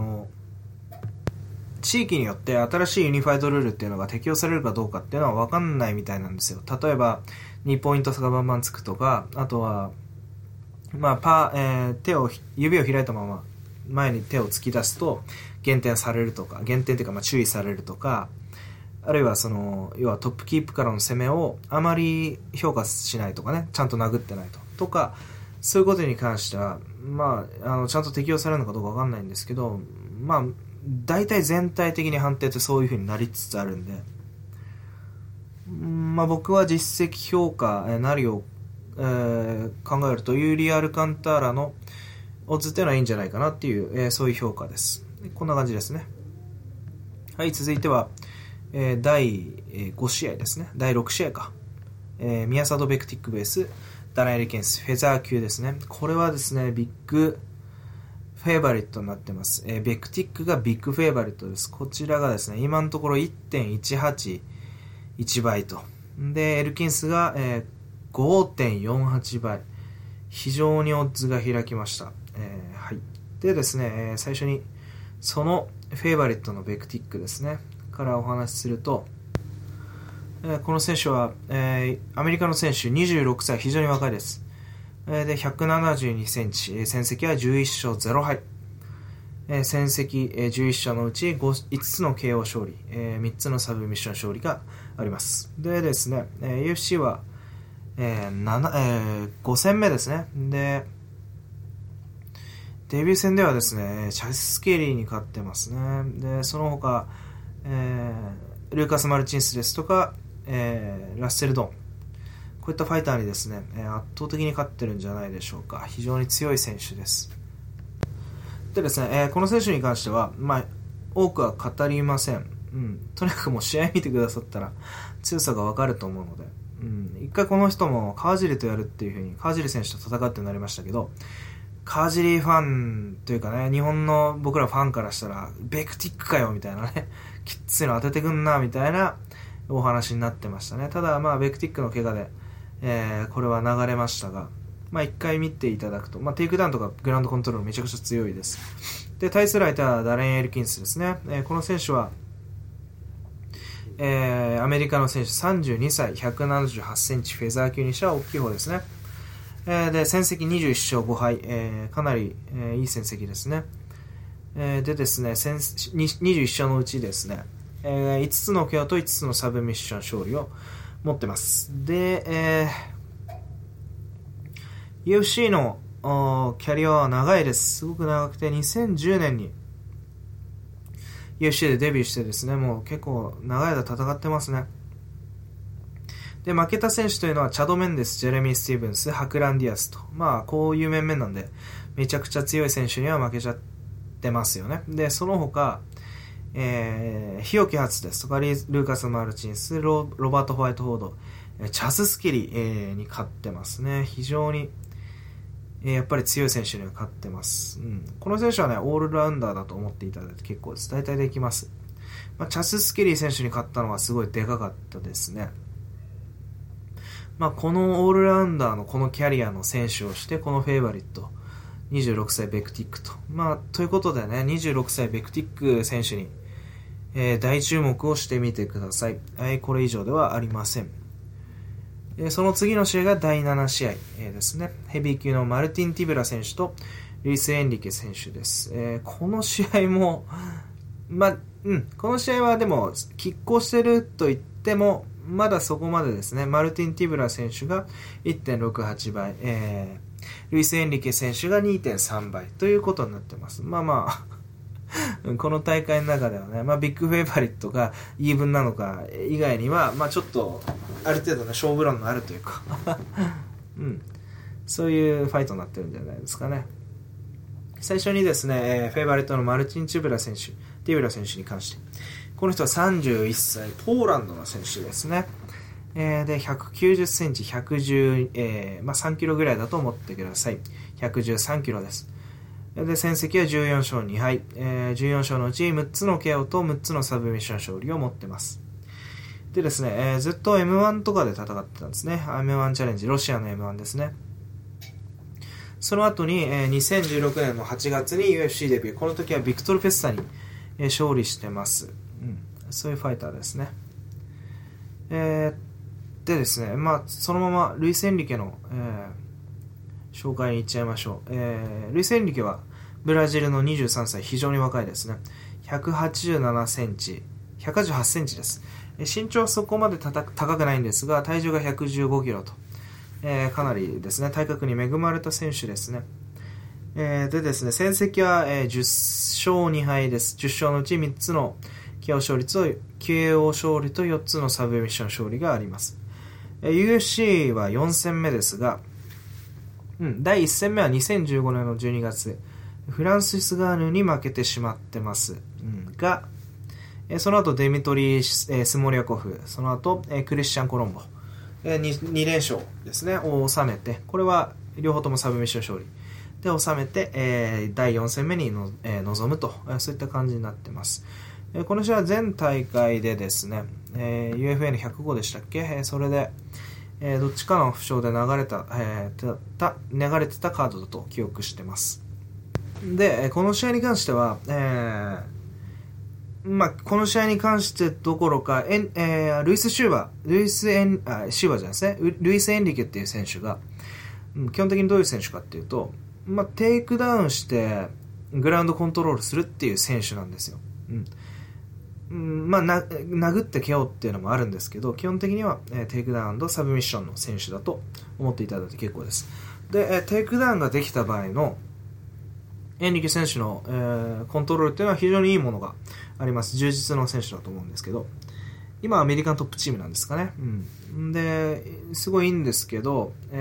地域によって新しいユニファイドルールっていうのが適用されるかどうかっていうのは分かんないみたいなんですよ。例えば、2ポイント差がバンバンつくとか、あとは、指を開いたまま前に手を突き出すと減点されるとか、減点っていうか注意されるとか、あるいは要はトップキープからの攻めをあまり評価しないとかね、ちゃんと殴ってないとか、そういうことに関してはちゃんと適用されるのかどうか分かんないんですけど、大体全体的に判定ってそういう風になりつつあるんで、僕は実績評価なりを、考えるとユーリ・アルカンターラのオッズっていうのはいいんじゃないかなっていう、そういう評価です。こんな感じですね。はい、続いては、第5試合ですね。第6試合か。ミアサド・ベクティックベース、ダナエリ・ケンス、フェザー級ですね。これはですね、ビッグフェイバリットになってます。ベクティックがビッグフェイバリットです。こちらがですね、今のところ 1.181 倍と。で、エルキンスが、5.48 倍。非常にオッズが開きました。はい。でですね、最初にそのフェイバリットのベクティックですね、からお話しすると、この選手は、アメリカの選手、26歳、非常に若いです。で、172センチ、戦績は11勝0敗。戦績、11勝のうち 5つの KO 勝利、3つのサブミッション勝利があります。でですね、UFC は、5戦目ですね。で、デビュー戦ではですね、チャス・ケリーに勝ってますね。で、その他、ルーカス・マルチンスですとか、ラッセル・ドン。 こういったファイターにですね、圧倒的に勝ってるんじゃないでしょうか。非常に強い選手です。でですね、この選手に関しては、多くは語りません。とにかくもう試合見てくださったら強さがわかると思うので、一回この人も川尻とやるっていう風に川尻選手と戦ってなりましたけど、川尻ファンというかね、日本の僕らファンからしたらベクティックかよみたいなね、きついの当ててくんなみたいなお話になってましたね。ただベクティックの怪我で、これは流れましたが、一回見ていただくと、テイクダウンとかグラウンドコントロールめちゃくちゃ強いです。で、対する相手はダレン・エルキンスですね。この選手は、アメリカの選手、32歳、178センチ、フェザー級にしては大きい方ですね。で、戦績21勝5敗、かなり、いい戦績ですね。でですね、21勝のうちですね、5つの KO と5つのサブミッション勝利を持ってます。で、UFC のキャリアは長いです。すごく長くて、2010年に UFC でデビューしてですね、もう結構長い間戦ってますね。で、負けた選手というのはチャド・メンデス、ジェレミー・スティーブンス、ハクラン・ディアスと、こういう面々なんでめちゃくちゃ強い選手には負けちゃってますよね。で、その他、日置初ですとか、ルーカス・マルチンス、ロバート・ホワイトフォード、チャス・スキリ、に勝ってますね。非常にやっぱり強い選手には勝ってます。この選手はね、オールラウンダーだと思っていただいて結構です。大体できます。チャス・スキリ選手に勝ったのはすごいでかかったですね。このオールラウンダーのこのキャリアの選手をして、このフェイバリット、26歳ベクティックと。ということでね、26歳ベクティック選手に、大注目をしてみてください。これ以上ではありません。その次の試合が第7試合ですね。ヘビー級のマルティン・ティブラ選手とルイス・エンリケ選手です。この試合も、この試合はでも、拮抗してると言っても、まだそこまでですね。マルティン・ティブラ選手が 1.68 倍、ルイス・エンリケ選手が 2.3 倍ということになってます。この大会の中ではね、ビッグフェイバリットがイーブンなのか以外には、ちょっとある程度の勝負論のあるというか、そういうファイトになってるんじゃないですかね。最初にですね、フェイバリットのマルチン・ティブラ選手に関して、この人は31歳、ポーランドの選手ですね。で、190センチ、3キロぐらいだと思ってください。113キロです。で、戦績は14勝2敗。14勝のうち6つの KO と6つのサブミッション勝利を持ってます。でですね、ずっと M1 とかで戦ってたんですね。M1 チャレンジ、ロシアの M1 ですね。その後に、2016年の8月に UFC デビュー。この時はビクトル・フェスタに、勝利してます。そういうファイターですね。でですね、そのままルイス・エンリケの、紹介に行っちゃいましょう。ルイス・エンリケはブラジルの23歳、非常に若いですね。187センチ、188センチです。身長はそこまで高くないんですが、体重が115キロと、かなりですね、体格に恵まれた選手ですね。でですね、戦績は、10勝2敗です。10勝のうち3つのKO 勝利と4つのサブミッション勝利があります。UFC は4戦目ですが、第1戦目は2015年の12月、フランシス・ガーヌに負けてしまってます。が、その後デミトリー・スモリャコフ、その後クリスチャン・コロンボ、2連勝ですね、を収めて、これは両方ともサブミッション勝利で収めて、第4戦目に臨むと、そういった感じになってます。この試合は全大会でですね、UFN105 でしたっけ、それで、どっちかの負傷で流れてたカードだと記憶してます。で、この試合に関しては、この試合に関してどころか、ルイス・エンリケっていう選手が、基本的にどういう選手かっていうと、テイクダウンしてグラウンドコントロールするっていう選手なんですよ。殴って KO っていうのもあるんですけど、基本的には、テイクダウンとサブミッションの選手だと思っていただいて結構です。で、テイクダウンができた場合のエンリケ選手の、コントロールっていうのは非常にいいものがあります。充実の選手だと思うんですけど、 今アメリカのトップチームなんですかね。で、すごいいいんですけど、テ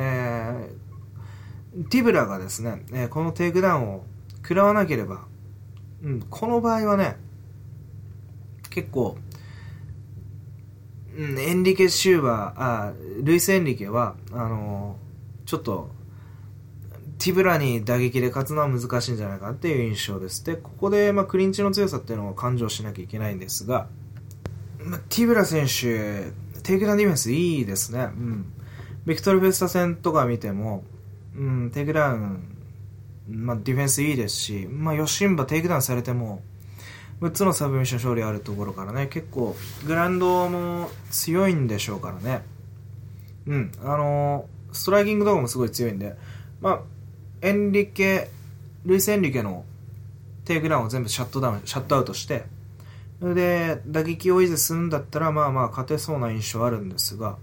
ィブラがですね、このテイクダウンを食らわなければ、この場合はね、結構、エンリケ・シューバー、ルイス・エンリケは、ちょっと、ティブラに打撃で勝つのは難しいんじゃないかなっていう印象です。で、ここで、クリンチの強さっていうのを勘定しなきゃいけないんですが、ティブラ選手、テイクダウンディフェンスいいですね。ビクトル・フェスタ戦とか見ても、テイクダウン、ディフェンスいいですし、ヨシンバテイクダウンされても、6つのサブミッション勝利あるところからね、結構、グラウンドも強いんでしょうからね。ストライキングとかもすごい強いんで、ルイス・エンリケのテイクダウンを全部シャットアウトして、で、打撃を維持するんだったら、勝てそうな印象あるんですが、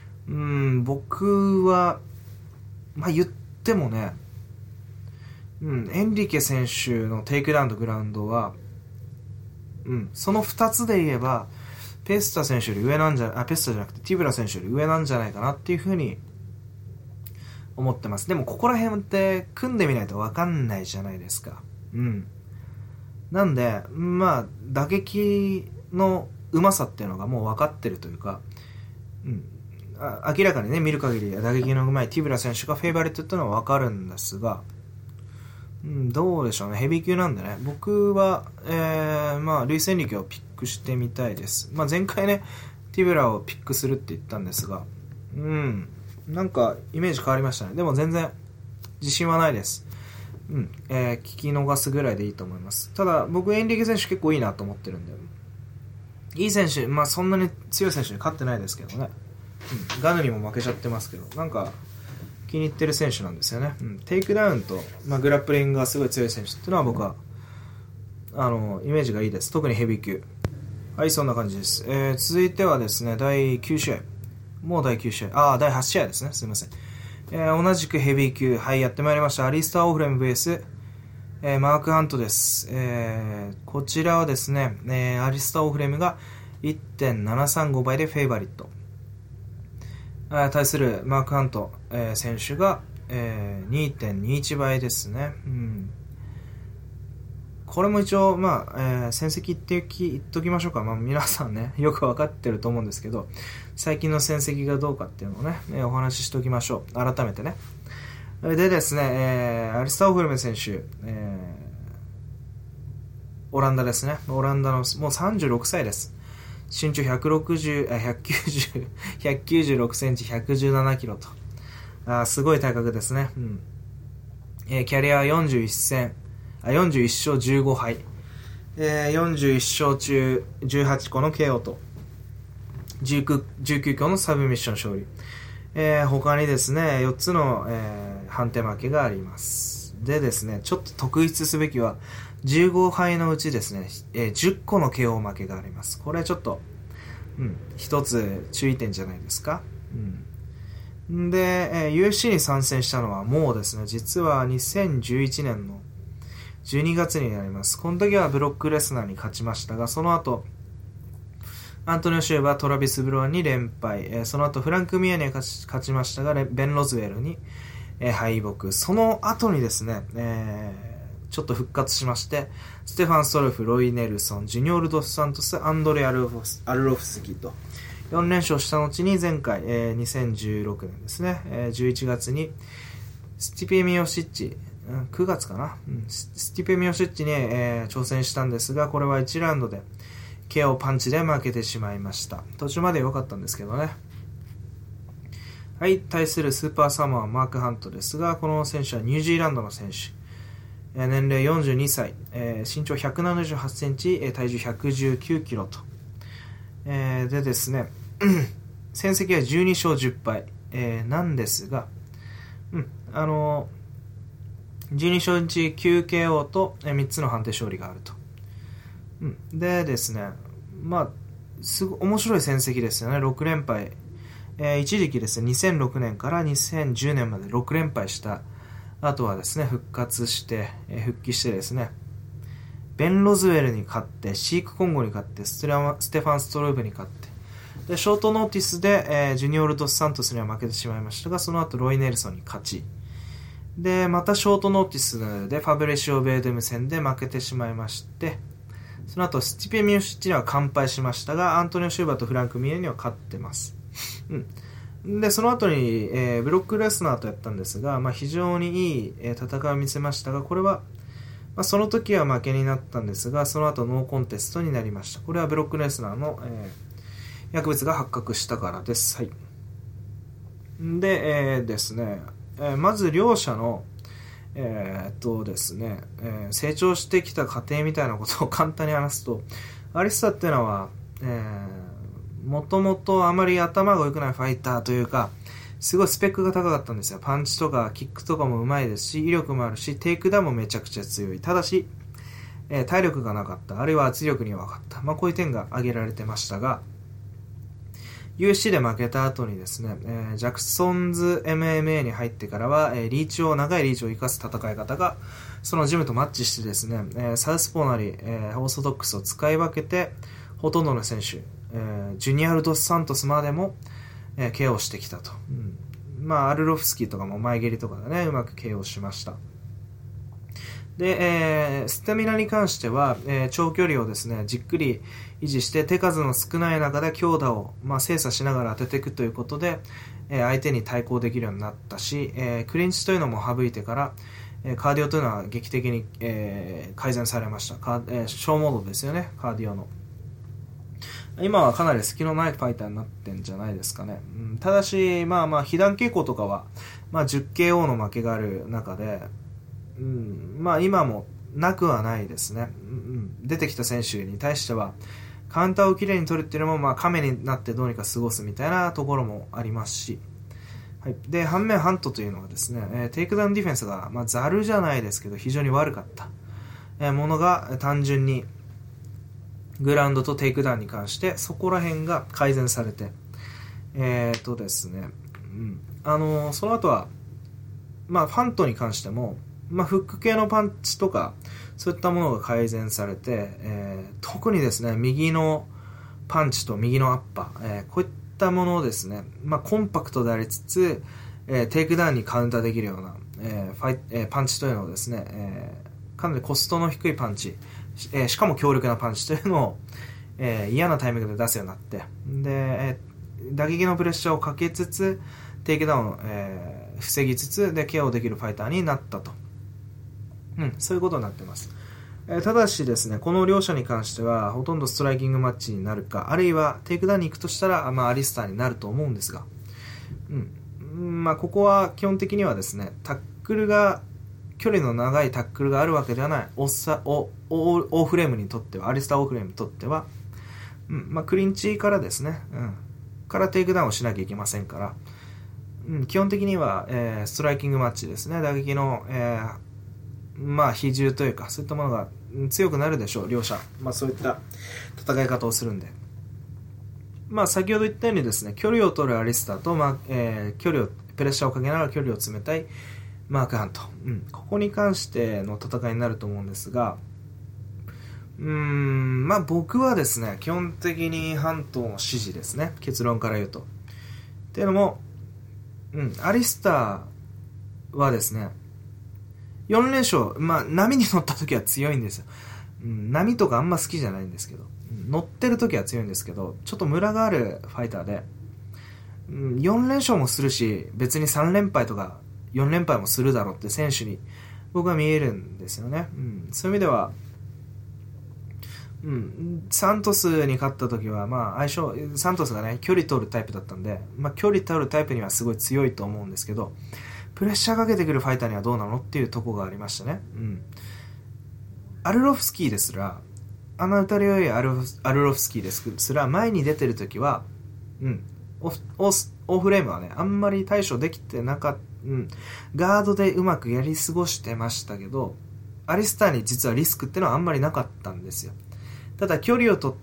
僕は、言ってもね、エンリケ選手のテイクダウンとグラウンドは、その2つで言えば、ペスタ選手より上なんじゃ、ペスタじゃなくてティブラ選手より上なんじゃないかなっていうふうに思ってます。でもここら辺って組んでみないと分かんないじゃないですか。なんで、打撃のうまさっていうのがもう分かってるというか、明らかにね、見る限り打撃のうまいティブラ選手がフェイバリットっていうのは分かるんですが、どうでしょうね。ヘビー級なんでね。僕は、ルイス・エンリケをピックしてみたいです。前回ね、ティブラをピックするって言ったんですが、なんかイメージ変わりましたね。でも全然自信はないです。聞き逃すぐらいでいいと思います。ただ、僕エンリケ選手結構いいなと思ってるんで、いい選手、そんなに強い選手に勝ってないですけどね。ガヌにも負けちゃってますけど、なんか、気に入ってる選手なんですよね。テイクダウンと、グラップリングがすごい強い選手っていうのは僕はイメージがいいです。特にヘビー級。はい、そんな感じです。続いてはですね、第9試合。もう第9試合。第8試合ですね。すいません。同じくヘビー級。はい、やってまいりました。アリスター・オフレム vs、マーク・ハントです。こちらはですね、アリスター・オフレムが 1.735 倍でフェイバリット。対するマーク・ハント、選手が、2.21 倍ですね。これも一応、戦績言っときましょうか。皆さんね、よくわかってると思うんですけど、最近の戦績がどうかっていうのをね、お話ししておきましょう。改めてね。でですね、アリスター・オフレム選手、オランダですね。オランダの、もう36歳です。身長196センチ、117キロと。すごい体格ですね。キャリア41勝15敗。41勝中18個の KO と、19個のサブミッション勝利。他にですね、4つの、判定負けがあります。でですね、ちょっと特筆すべきは、15敗のうちですね、10個の KO 負けがあります。これちょっと、一つ注意点じゃないですか。で、UFC に参戦したのはもうですね、実は2011年の12月になります。この時はブロックレスナーに勝ちましたが、その後、アントニオ・シューバー、トラビス・ブローンに連敗、その後フランク・ミアに勝ちましたが、ベン・ロズウェルに、敗北。その後にですね、ちょっと復活しまして、ステファン・ストルフ、ロイ・ネルソン、ジュニオル・ドス・サントス、アンドレ・アルロフスキと4連勝した後に前回、2016年ですね、11月にスティペ・ミオシッチ、9月かな、スティペ・ミオシッチに、挑戦したんですが、これは1ラウンドで KO パンチで負けてしまいました。途中まで良かったんですけどね。はい、対するスーパーサモアマーク・ハントですが、この選手はニュージーランドの選手。年齢42歳、身長178センチ、体重119キロと。でですね、戦績は12勝10敗、なんですが、12勝中 9KO と3つの判定勝利があると。でですね、すごい面白い戦績ですよね。6連敗。一時期ですね、2006年から2010年まで6連敗したあとはですね、復帰してですね、ベン・ロズウェルに勝って、シーク・コンゴに勝って、ステファン・ストローブに勝って、 でショートノーティスで、ジュニオール・ドス・サントスには負けてしまいましたが、その後ロイ・ネルソンに勝ち、でまたショートノーティスでファブレシオ・ベーデム戦で負けてしまいまして、その後スティペ・ミオシッチには完敗しましたが、アントニオ・シューバーとフランク・ミエルには勝ってます。でその後に、ブロック・レスナーとやったんですが、非常にいい、戦いを見せましたが、これは、その時は負けになったんですが、その後ノーコンテストになりました。これはブロック・レスナーの、薬物が発覚したからです。はい。で、ですね、まず両者のですね、成長してきた過程みたいなことを簡単に話すと、アリスタっていうのは、もともとあまり頭が良くないファイターというか、すごいスペックが高かったんですよ。パンチとかキックとかも上手いですし、威力もあるし、テイクダウンもめちゃくちゃ強い。ただし、体力がなかった、あるいは圧力に弱かった、こういう点が挙げられてましたが、UFC で負けた後にですね、ジャクソンズ MMA に入ってからは、長いリーチを生かす戦い方がそのジムとマッチしてですね、サウスポーなり、オーソドックスを使い分けて、ほとんどの選手、ジュニアル・ドス・サントスまでも、KO してきたと、アルロフスキーとかも前蹴りとかでね、うまく KO しました。で、スタミナに関しては、長距離をですね、じっくり維持して手数の少ない中で強打を、精査しながら当てていくということで、相手に対抗できるようになったし、クリンチというのも省いてから、カーディオというのは劇的に、改善されました。小モードですよね、カーディオの。今はかなり隙のないファイターになってんじゃないですかね。ただし、被弾傾向とかは、10KO の負けがある中で、今もなくはないですね。出てきた選手に対してはカウンターをきれいに取るっていうのも、亀になってどうにか過ごすみたいなところもありますし、はい、で反面ハントというのはですね、テイクダウンディフェンスが、ざるじゃないですけど非常に悪かった、ものが単純にグラウンドとテイクダウンに関してそこら辺が改善されて、ですね、その後は、ファントに関してもフック系のパンチとかそういったものが改善されて、特にですね右のパンチと右のアッパー、こういったものをですね、コンパクトでありつつ、テイクダウンにカウンターできるような、パンチというのをですね、かなりコストの低いパンチ、しかも強力なパンチというのを、嫌なタイミングで出すようになって、で、打撃のプレッシャーをかけつつテイクダウンを、防ぎつつでケアをできるファイターになったと、そういうことになっています。ただしですね、この両者に関してはほとんどストライキングマッチになるか、あるいはテイクダウンに行くとしたら、アリスターになると思うんですが、ここは基本的にはですね、タックルが距離の長いタックルがあるわけではないオーフレームにとっては、アリスターオーフレームにとっては、クリンチからですね、からテイクダウンをしなきゃいけませんから、基本的には、ストライキングマッチですね、打撃の、比重というかそういったものが強くなるでしょう、両者。そういった戦い方をするんで、先ほど言ったようにですね、距離を取るアリスターと、距離をプレッシャーをかけながら距離を詰めたいマーク・ハント、ここに関しての戦いになると思うんですが、僕はですね、基本的にハントの支持ですね、結論から言うと。っていうのも、アリスターはですね、4連勝、波に乗った時は強いんですよ。波とかあんま好きじゃないんですけど、乗ってる時は強いんですけど、ちょっとムラがあるファイターで、4連勝もするし、別に3連敗とか4連敗もするだろうって選手に僕は見えるんですよね。そういう意味では、サントスに勝った時は、サントスがね、距離取るタイプだったんで、距離取るタイプにはすごい強いと思うんですけど、プレッシャーかけてくるファイターにはどうなのっていうところがありましたね。アルロフスキーですら、打たれよいアルロフスキーですら、前に出てるときは、オフレームはね、あんまり対処できてなかった、ガードでうまくやり過ごしてましたけど、アリスターに実はリスクっていうのはあんまりなかったんですよ。ただ距離を取って、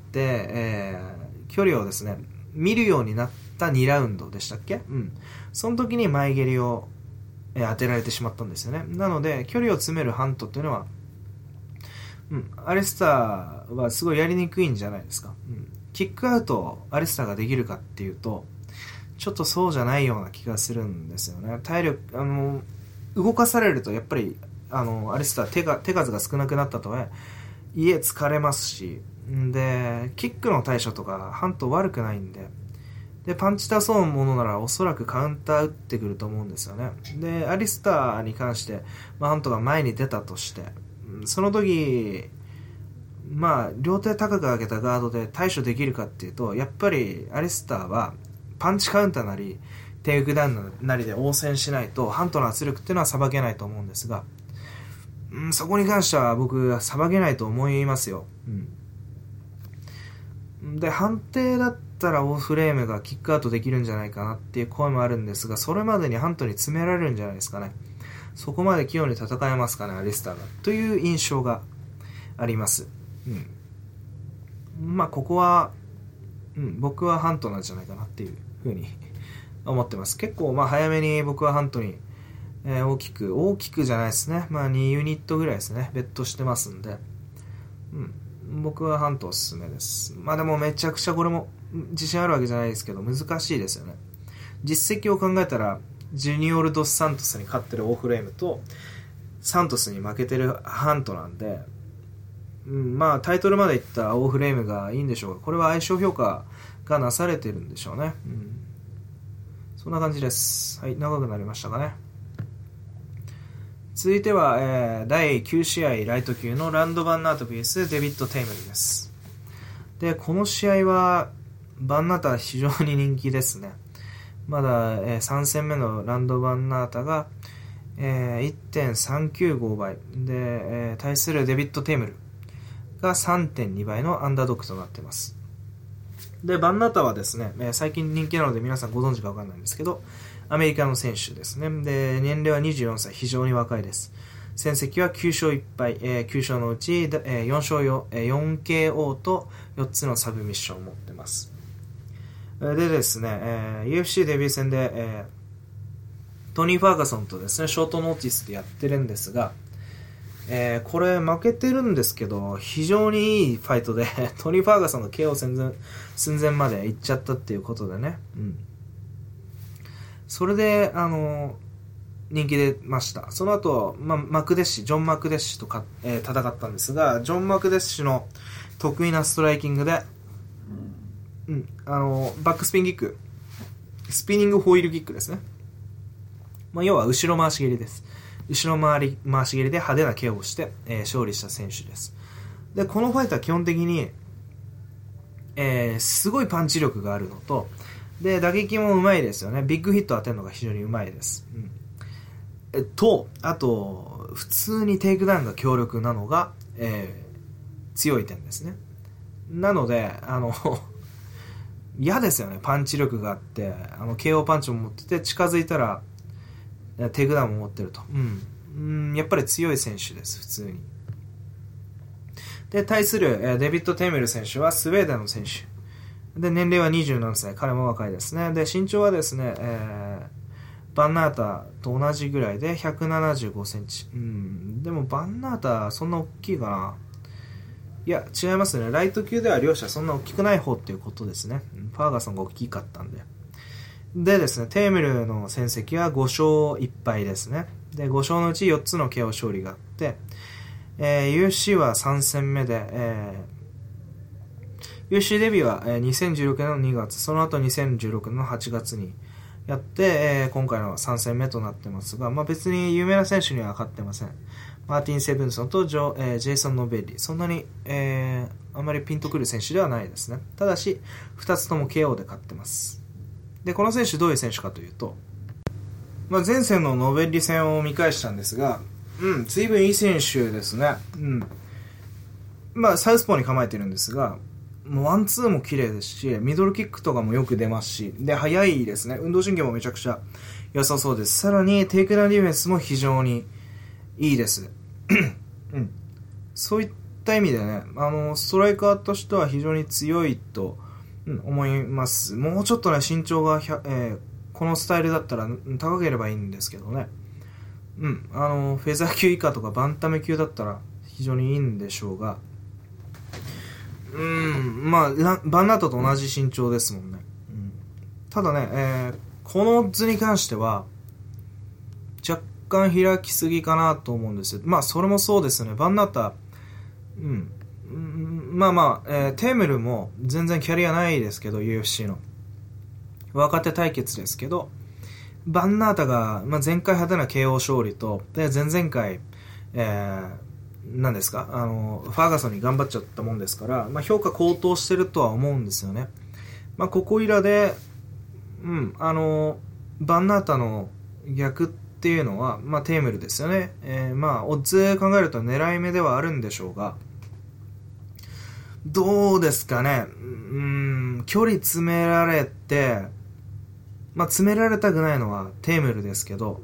距離をですね、見るようになった2ラウンドでしたっけ？その時に前蹴りを当てられてしまったんですよね。なので距離を詰めるハントっていうのは、アリスターはすごいやりにくいんじゃないですか。 キックアウトをアリスターができるかっていうと、ちょっとそうじゃないような気がするんですよね。体力、動かされるとやっぱり、アリスター手数が少なくなったとは、家疲れますし、で、キックの対処とか、ハント悪くないんで、で、パンチ出そうものならおそらくカウンター打ってくると思うんですよね。で、アリスターに関して、ハントが前に出たとして、その時、両手高く上げたガードで対処できるかっていうと、やっぱりアリスターはパンチカウンターなりテイクダウンなりで応戦しないとハントの圧力っていうのはさばけないと思うんですが、そこに関しては僕はさばけないと思いますよ。で、判定だったらオーフレームがキックアウトできるんじゃないかなっていう声もあるんですが、それまでにハントに詰められるんじゃないですかね。そこまで器用に戦えますかね、アリスターがという印象があります。ここは、僕はハントなんじゃないかなっていうふうに思ってます。結構早めに僕はハントに、大きくじゃないですね。2ユニットぐらいですね。ベットしてますんで、僕はハントおすすめです。でもめちゃくちゃこれも自信あるわけじゃないですけど難しいですよね。実績を考えたらジュニオル・ドス・サントスに勝ってるオーフレームとサントスに負けてるハントなんで、タイトルまでいったオーフレームがいいんでしょうが、これは相性評価がなされてるんでしょうね。そんな感じです。はい、長くなりましたかね。続いては、第9試合ライト級のランド・バンナート vs デビッド・テイムルです。で、この試合はバンナータ非常に人気ですね。まだ、3戦目のランド・バンナータが、1.395 倍で、対するデビッド・テイムルが 3.2 倍のアンダードックとなっています。で、バンナータはですね、最近人気なので皆さんご存知か分かんないんですけど、アメリカの選手ですね。で、年齢は24歳、非常に若いです。戦績は9勝1敗、9勝のうち、4勝 4KO と4つのサブミッションを持っています。でですね、UFC デビュー戦で、トニー・ファーガソンとですね、ショートノーティスでやってるんですが、これ負けてるんですけど、非常にいいファイトで、トニー・ファーガソンが KO 寸前まで行っちゃったっていうことでね。それで、人気出ました。その後、ジョン・マクデッシュと戦ったんですが、ジョン・マクデッシュの得意なストライキングで、バックスピンキック、スピニングホイールキックですね。要は後ろ回し蹴りです。後ろ回し蹴りで派手な KO をして、勝利した選手です。で、このファイターは基本的に、すごいパンチ力があるのと、で、打撃もうまいですよね。ビッグヒット当てるのが非常にうまいです。あと、普通にテイクダウンが強力なのが、強い点ですね。なので、嫌ですよね。パンチ力があって、KO パンチも持ってて、近づいたら、テイクダウンも持ってると。やっぱり強い選手です、普通に。で、対する、デビッド・テイメル選手はスウェーデンの選手。で、年齢は27歳。彼も若いですね。で、身長はですね、バンナータと同じぐらいで175センチ。でもバンナータそんな大きいかな。いや、違いますね。ライト級では両者そんな大きくない方っていうことですね。ファーガソンが大きかったんで。でですね、テイムルの戦績は5勝1敗ですね。で、5勝のうち4つの KO 勝利があって、UFC は3戦目で、UFC デビューは2016年の2月、その後2016年の8月にやって、今回の3戦目となってますが、別に有名な選手には勝ってません。マーティン・セブンソンとジェイソン・ノベッリ、そんなに、あまりピンとくる選手ではないですね。ただし、2つとも KO で勝ってます。で、この選手どういう選手かというと、前戦のノベッリ戦を見返したんですが、随分いい選手ですね。サウスポーに構えてるんですが、ワンツーも綺麗ですし、ミドルキックとかもよく出ますし、で、速いですね。運動神経もめちゃくちゃ良さそうです。さらに、テイクダウンディフェンスも非常にいいです。そういった意味でね、ストライカーとしては非常に強いと、思います。もうちょっとね、身長がこのスタイルだったら高ければいいんですけどね。フェザー級以下とかバンタム級だったら非常にいいんでしょうが、 まあバンナータと同じ身長ですもんね。ただね、このオッズに関しては若干開きすぎかなと思うんですよ。まあそれもそうですね。バンナータ、まあ、テームルも全然キャリアないですけど、 UFC の若手対決ですけど、バンナータが、前回派手な KO 勝利と、で前々回、何ですか、ファーガソンに頑張っちゃったもんですから、評価高騰してるとは思うんですよね。ここいらで、バンナータの逆っていうのは、テームルですよね。オッズ考えると狙い目ではあるんでしょうが、どうですかね。距離詰められて、詰められたくないのはテームルですけど、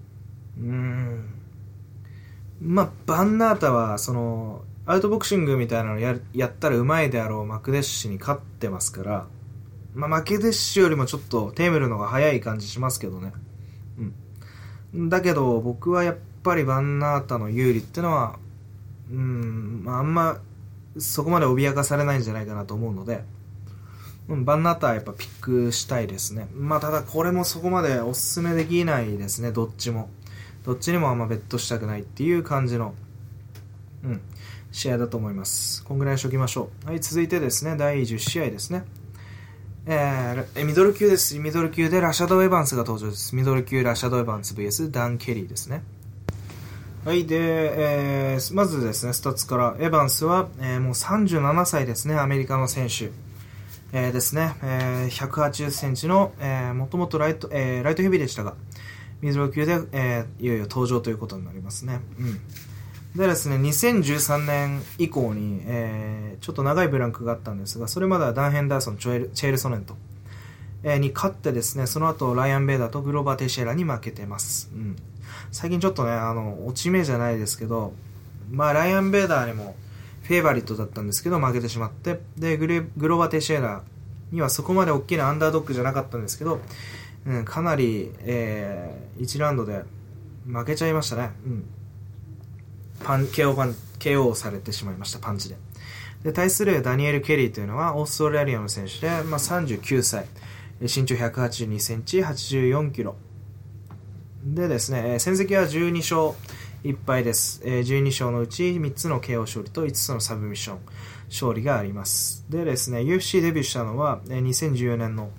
バンナータはそのアウトボクシングみたいなのやったらうまいであろうマクデッシュに勝ってますから、マクデッシュよりもちょっとテームルの方が早い感じしますけどね。だけど僕はやっぱりバンナータの有利ってのはあんまそこまで脅かされないんじゃないかなと思うので、バンナータはやっぱピックしたいですね。ただこれもそこまでおすすめできないですね。どっちにもあんまベットしたくないっていう感じの試合だと思います。こんぐらいにしときましょう。はい、続いてですね、第10試合ですね。ミドル級です。ミドル級でラシャド・エヴァンスが登場です。ミドル級ラシャド・エヴァンス vs ダン・ケリーですね。はい。で、まずですね、スタッツから、エヴァンスは、もう37歳ですね、アメリカの選手。ですね、180センチの、もともとライトヘビーでしたが、ミドル級で、いよいよ登場ということになりますね。でですね、2013年以降に、ちょっと長いブランクがあったんですが、それまではダン・ヘンダーソン、チェール・ソネンと、に勝ってですね、その後ライアン・ベイダーとグローバー・テシェラに負けてます。最近ちょっとね、落ち目じゃないですけど、ライアン・ベイダーにもフェイバリットだったんですけど負けてしまって、でグローバー・テシェラにはそこまで大きなアンダードッグじゃなかったんですけど、かなり、1ラウンドで負けちゃいましたね。KO されてしまいました、パンチで。で対するダニエル・ケリーというのはオーストラリアの選手で、39歳、身長182センチ、84キロでですね、戦績は12勝1敗です。12勝のうち3つの KO 勝利と5つのサブミッション勝利があります。でですね、UFC デビューしたのは2014年の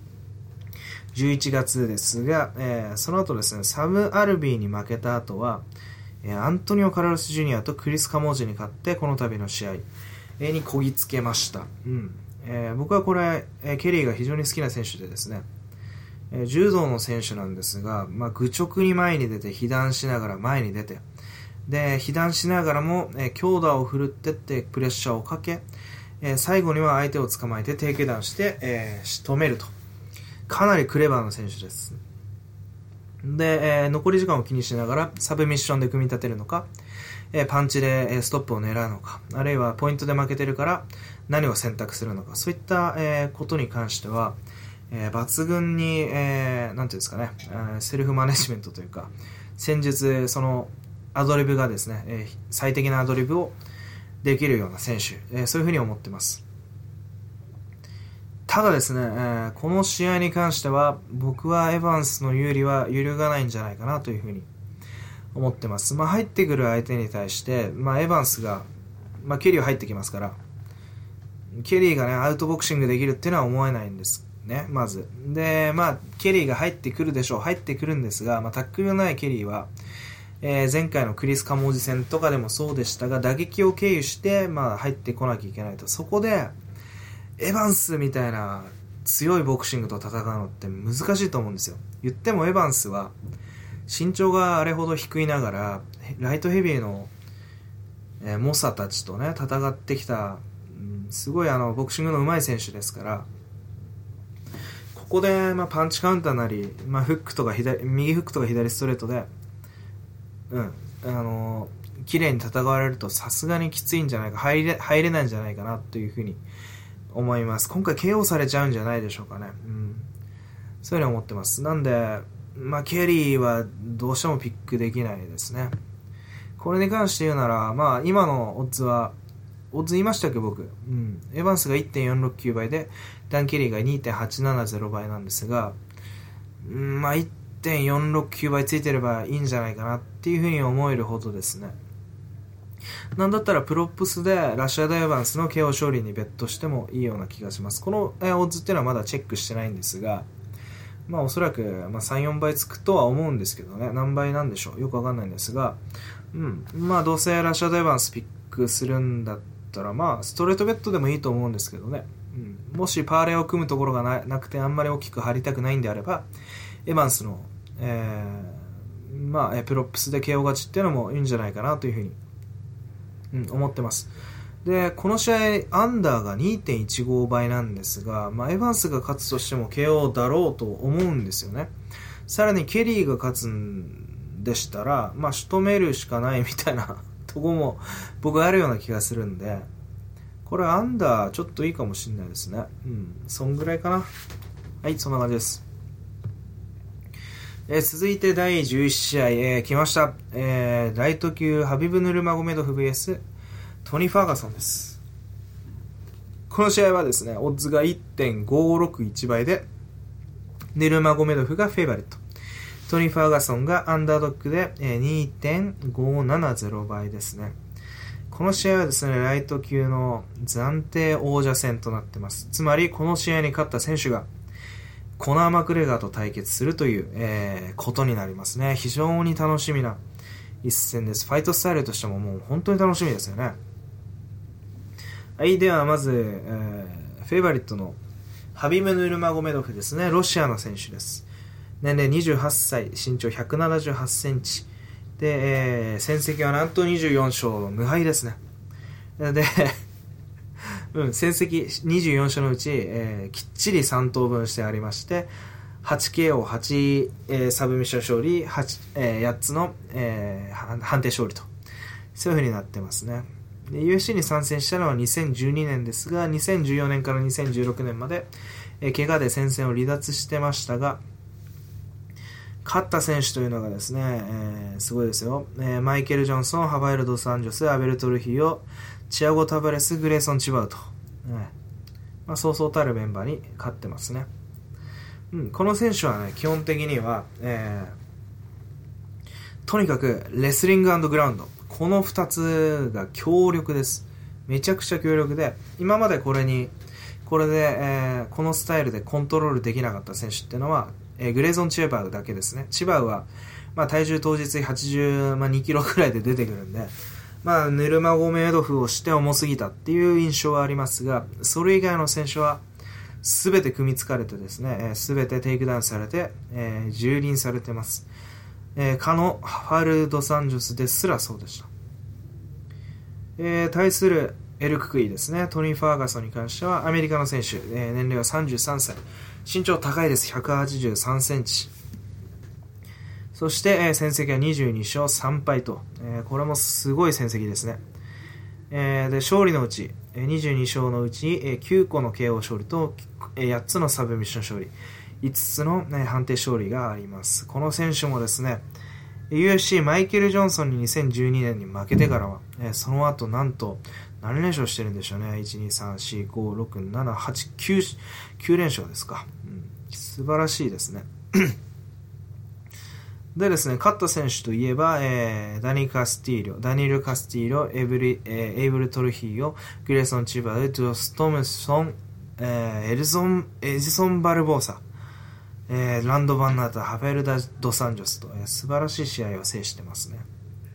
11月ですが、その後ですね、サム・アルビーに負けた後は、アントニオ・カルロス・ジュニアとクリス・カモージに勝ってこの度の試合にこぎつけました。僕はこれ、ケリーが非常に好きな選手でですね、柔道の選手なんですが、愚直に前に出て被弾しながら前に出て、で被弾しながらも、強打を振るってってプレッシャーをかけ、最後には相手を捕まえてテイクダウンして、仕留めると、かなりクレバーな選手です。で、残り時間を気にしながらサブミッションで組み立てるのか、パンチで、ストップを狙うのか、あるいはポイントで負けてるから何を選択するのか、そういった、ことに関しては、抜群に、なんていうんですかね、セルフマネジメントというか、戦術、そのアドリブがですね、最適なアドリブをできるような選手、そういうふうに思ってます。ただですね、この試合に関しては僕はエヴァンスの有利は揺るがないんじゃないかなというふうに思ってます。入ってくる相手に対して、エヴァンスが、ケリーは入ってきますから、ケリーがねアウトボクシングできるっていうのは思えないんですね、まず。で、ケリーが入ってくるでしょう、入ってくるんですが、タックルのないケリーは、前回のクリス・カモージ戦とかでもそうでしたが、打撃を経由して、入ってこなきゃいけないと。そこでエヴァンスみたいな強いボクシングと戦うのって難しいと思うんですよ。言ってもエヴァンスは身長があれほど低いながらライトヘビーの猛者たちとね戦ってきた、すごいボクシングの上手い選手ですから、ここでパンチカウンターなり、フックとか右フックとか左ストレートで綺麗に戦われるとさすがにきついんじゃないか、入れないんじゃないかなというふうに思います。今回 KO されちゃうんじゃないでしょうかね。そういうふうに思ってます。なんで、ケリーはどうしてもピックできないですね。これに関して言うなら、今のオッズはオッズ言いましたっけ僕、エヴァンスが 1.469 倍でダン・ケリーが 2.870 倍なんですが、まあ 1.469 倍ついてればいいんじゃないかなっていうふうに思えるほどですね。なんだったらプロップスでラシャド・エヴァンスの KO 勝利にベットしてもいいような気がします。このオッズっていうのはまだチェックしてないんですが、まあおそらく3、4倍つくとは思うんですけどね。何倍なんでしょう、よくわかんないんですが、まあどうせラシャド・エヴァンスピックするんだったら、まあストレートベットでもいいと思うんですけどね。もしパーレーを組むところがなくてあんまり大きく張りたくないんであれば、エヴァンスの、プロップスで KO 勝ちっていうのもいいんじゃないかなというふうに、思ってます。で、この試合アンダーが 2.15 倍なんですが、エヴァンスが勝つとしても KO だろうと思うんですよね。さらにケリーが勝つんでしたら、仕留めるしかないみたいなとこも僕あるような気がするんで、これアンダーちょっといいかもしれないですね。そんぐらいかな。はい、そんな感じです。続いて第11試合、来ました。ライト級ハビブ・ヌルマゴメドフ vs トニー・ファーガソンです。この試合はですね、オッズが 1.561 倍でヌルマゴメドフがフェイバリット、トニー・ファーガソンがアンダードッグで 2.570 倍ですね。この試合はですね、ライト級の暫定王者戦となってます。つまりこの試合に勝った選手がコナー・マクレガーと対決するという、ことになりますね。非常に楽しみな一戦です。ファイトスタイルとしてももう本当に楽しみですよね。はい、ではまず、フェイバリットのハビブ・ヌルマゴメドフですね。ロシアの選手です。年齢28歳、身長178センチで、戦績はなんと24勝無敗ですね。で戦績24勝のうち、きっちり3等分してありまして、8KO8、サブミッション勝利、8つの、判定勝利と、そういう風になってますね。で UFC に参戦したのは2012年ですが、2014年から2016年まで、怪我で戦線を離脱してましたが、勝った選手というのがですね、すごいですよ。マイケル・ジョンソン、ハバエル・ドス・アンジョス、アベルト・ルヒオ、チアゴ・タバレス、グレイソン・チバウと、そうそうたるメンバーに勝ってますね。この選手はね、基本的には、とにかくレスリング&グラウンド、この2つが強力です。めちゃくちゃ強力で、今までこれで、このスタイルでコントロールできなかった選手っていうのは、グレイゾン・チバウだけですね。チバウは、体重当日82キロくらいで出てくるんで、ヌルマゴメドフをして重すぎたっていう印象はありますが、それ以外の選手は全て組みつかれてですね、全てテイクダウンされて、蹂躙されてます。カノ・ハファル・ドサンジョスですらそうでした。対するエルククイですね、トニー・ファーガソンに関してはアメリカの選手、年齢は33歳、身長高いです。183センチ。そして、戦績は22勝3敗と、これもすごい戦績ですね。で勝利のうち22勝のうち9個の KO 勝利と8つのサブミッション勝利、5つの、判定勝利があります。この選手もですね、UFC マイケル・ジョンソンに2012年に負けてからは、その後なんと何連勝してるんでしょうね。1,2,3,4,5,6,7,8,9 連勝ですか。素晴らしいですね。でですね、勝った選手といえば、ダニル・カスティーリョ、エイブル・トルヒーヨ、グレイソン・チバル、ドストムソン、エジソン・バルボーサ、ランド・バンナータ、ハフェルダ・ド・サンジョスと、素晴らしい試合を制してますね。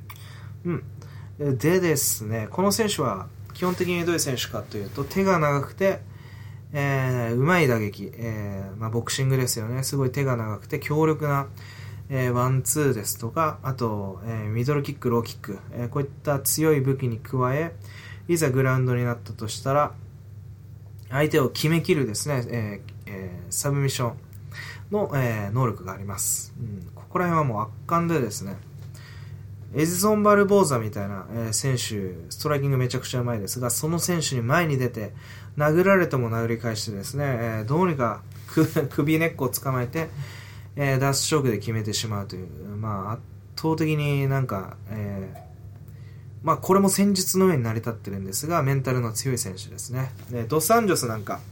でですね、この選手は基本的にどういう選手かというと、手が長くて、うまい打撃、ボクシングですよね。すごい手が長くて強力な、ワンツーですとか、あと、ミドルキック、ローキック、こういった強い武器に加え、いざグラウンドになったとしたら相手を決めきるですね、サブミッションの、能力があります。ここら辺はもう圧巻でですね、エジソン・バルボーザみたいな、選手、ストライキングめちゃくちゃうまいですが、その選手に前に出て殴られても殴り返してですね、どうにか首根っこを捕まえて、ダッシュチョークで決めてしまうという、圧倒的になんか、 これも戦術の上に成り立ってるんですが、メンタルの強い選手ですね。ドスアンジョスなんか、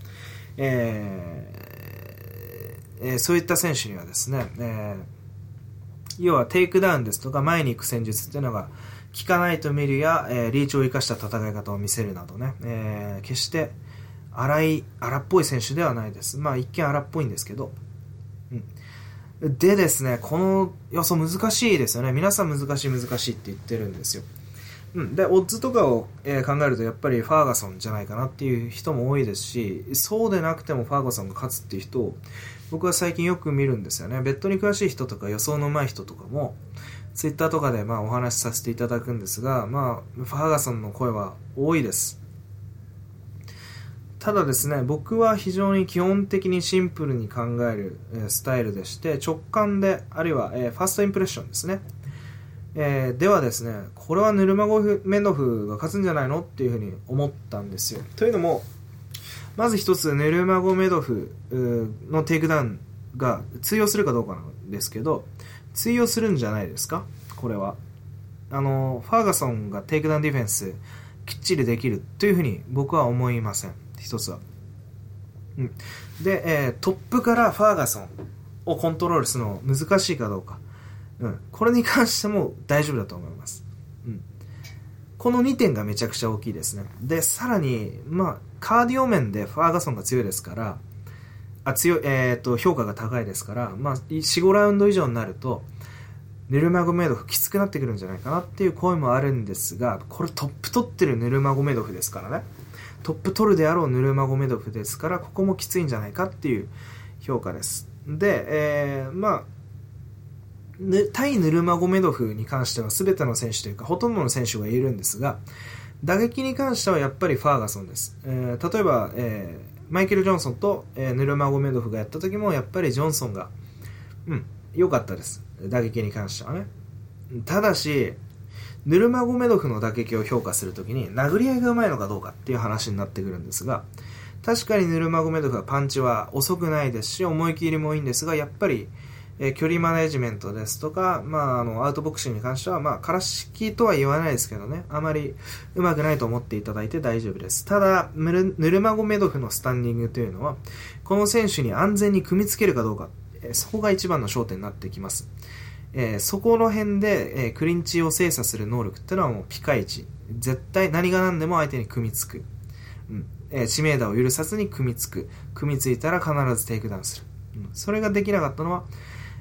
そういった選手にはですね、要はテイクダウンですとか前に行く戦術っていうのが効かないと見るや、リーチを生かした戦い方を見せるなどね、決して荒っぽい選手ではないです。一見荒っぽいんですけど、でですね、この予想難しいですよね。皆さん難しいって言ってるんですよ。で、オッズとかを、考えるとやっぱりファーガソンじゃないかなっていう人も多いですし、そうでなくてもファーガソンが勝つっていう人を僕は最近よく見るんですよね。ベッドに詳しい人とか予想の上手い人とかもツイッターとかでお話しさせていただくんですが、ファーガソンの声は多いです。ただですね、僕は非常に基本的にシンプルに考えるスタイルでして、直感で、あるいはファーストインプレッションですね。ではですね、これはヌルマゴメドフが勝つんじゃないのっていうふうに思ったんですよ。というのも、まず一つヌルマゴメドフのテイクダウンが通用するかどうかなんですけど、通用するんじゃないですか、これは。ファーガソンがテイクダウンディフェンスきっちりできるというふうに僕は思いません。一つは。で、トップからファーガソンをコントロールするの難しいかどうか。これに関しても大丈夫だと思います。この2点がめちゃくちゃ大きいですね。で、さらに、カーディオ面でファーガソンが強いですから、評価が高いですから、4、5ラウンド以上になると、ヌルマゴメドフきつくなってくるんじゃないかなっていう声もあるんですが、これトップ取ってるヌルマゴメドフですからね。トップ取るであろうヌルマゴメドフですから、ここもきついんじゃないかっていう評価です。で、対ヌルマゴメドフに関しては全ての選手というかほとんどの選手が言えるんですが、打撃に関してはやっぱりファーガソンです。例えば、マイケル・ジョンソンと、ヌルマゴメドフがやった時もやっぱりジョンソンが良かったです。打撃に関してはね。ただしヌルマゴメドフの打撃を評価するときに殴り合いがうまいのかどうかっていう話になってくるんですが、確かにヌルマゴメドフはパンチは遅くないですし思い切りもいいんですが、やっぱり距離マネジメントですとか、アウトボクシングに関しては、からしきとは言わないですけどね、あまり上手くないと思っていただいて大丈夫です。ただ、ヌルマゴメドフのスタンディングというのは、この選手に安全に組み付けるかどうか、そこが一番の焦点になってきます。そこの辺で、クリンチを精査する能力っていうのはもうピカイチ。絶対何が何でも相手に組み付く。知名度を許さずに組み付く。組み付いたら必ずテイクダウンする。それができなかったのは、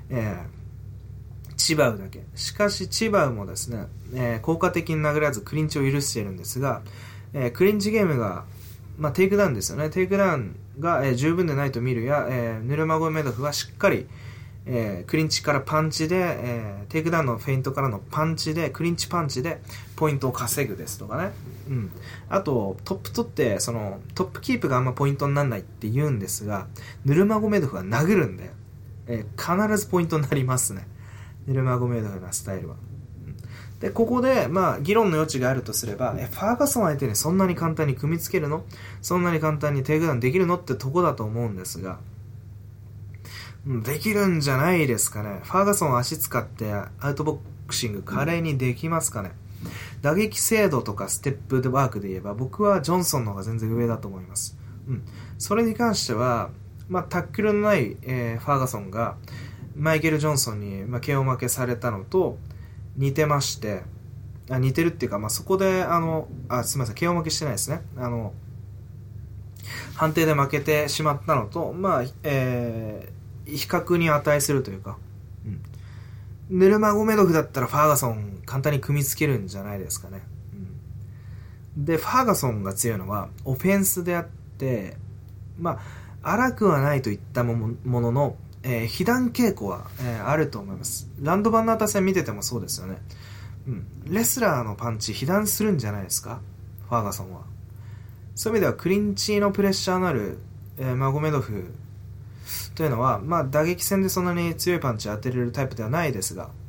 チバウだけ。しかしチバウもですね、効果的に殴らずクリンチを許しているんですが、クリンチゲームが、テイクダウンですよね。テイクダウンが、十分でないと見るや、ヌルマゴメドフはしっかり、クリンチからパンチで、テイクダウンのフェイントからのパンチで、クリンチパンチでポイントを稼ぐですとかね。あと、トップ取って、その、トップキープがあんまポイントにならないって言うんですが、ヌルマゴメドフは殴るんで、必ずポイントになりますね。ヌルマゴメドフのスタイルは。で、ここで、議論の余地があるとすれば、ファーガソン相手にそんなに簡単に組み付けるの？そんなに簡単にテイクダウンできるのってとこだと思うんですが、できるんじゃないですかね。ファーガソン足使ってアウトボクシング華麗にできますかね。打撃精度とかステップワークで言えば僕はジョンソンの方が全然上だと思います。それに関しては、タックルのない、ファーガソンがマイケル・ジョンソンに、KO 負けされたのと似てまして、似てるっていうか、そこで、すみません、KO 負けしてないですね。判定で負けてしまったのと、比較に値するというか、ヌルマゴメドフだったらファーガソン簡単に組み付けるんじゃないですかね。で、ファーガソンが強いのはオフェンスであって、荒くはないといったものの、被弾傾向は、あると思います。ランドバンナータ戦見ててもそうですよね。レスラーのパンチ被弾するんじゃないですか、ファーガソンは。そういう意味ではクリンチのプレッシャーのある、マゴメドフというのは、打撃戦でそんなに強いパンチ当てれるタイプではないですが、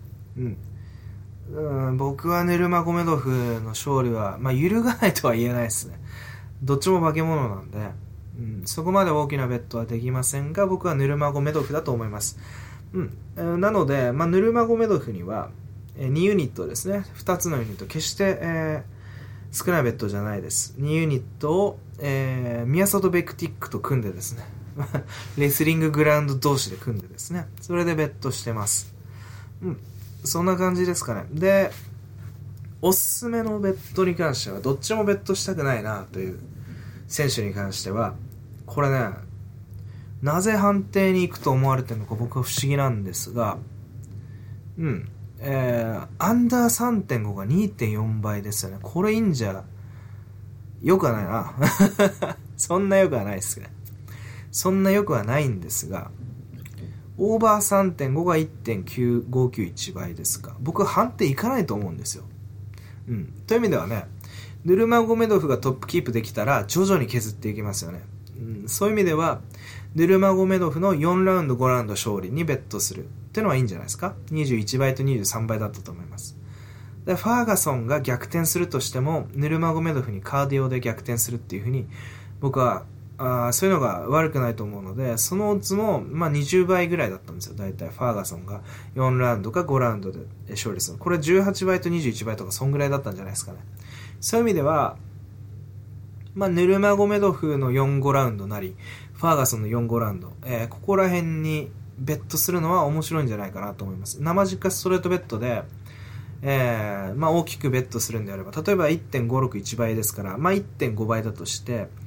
僕はヌルマゴメドフの勝利は、揺るがないとは言えないですね。どっちも化け物なんで、そこまで大きなベットはできませんが、僕はヌルマゴメドフだと思います。なので、ヌルマゴメドフには、 2ユニットですね。2つのユニット。決して、少ないベッドじゃないです。2ユニットを、宮里ベクティックと組んでですね。レスリンググラウンド同士で組んでですね。それでベッドしてます。そんな感じですかね。で、おすすめのベッドに関しては、どっちもベッドしたくないなという選手に関しては、これね、なぜ判定に行くと思われてるのか僕は不思議なんですが、アンダー 3.5 が 2.4 倍ですよね。これいいんじゃよくはないな。そんなよくはないですね。そんなよくはないんですが、オーバー 3.5 が 1.591 倍ですか。僕は判定いかないと思うんですよ。という意味ではね、ヌルマゴメドフがトップキープできたら徐々に削っていきますよね。そういう意味ではヌルマゴメドフの4ラウンド5ラウンド勝利にベットするっていうのはいいんじゃないですか。21倍と23倍だったと思います。でファーガソンが逆転するとしてもヌルマゴメドフにカーディオで逆転するっていうふうに僕はそういうのが悪くないと思うので、そのオッズも20倍ぐらいだったんですよ。だいたいファーガソンが4ラウンドか5ラウンドで勝利する。これ18倍と21倍とかそんぐらいだったんじゃないですかね。そういう意味ではヌルマゴメドフの4、5ラウンドなりファーガソンの4、5ラウンド、ここら辺にベットするのは面白いんじゃないかなと思います。生実家ストレートベッドで、大きくベットするんであれば、例えば 1.561 倍ですから、1.5 倍だとして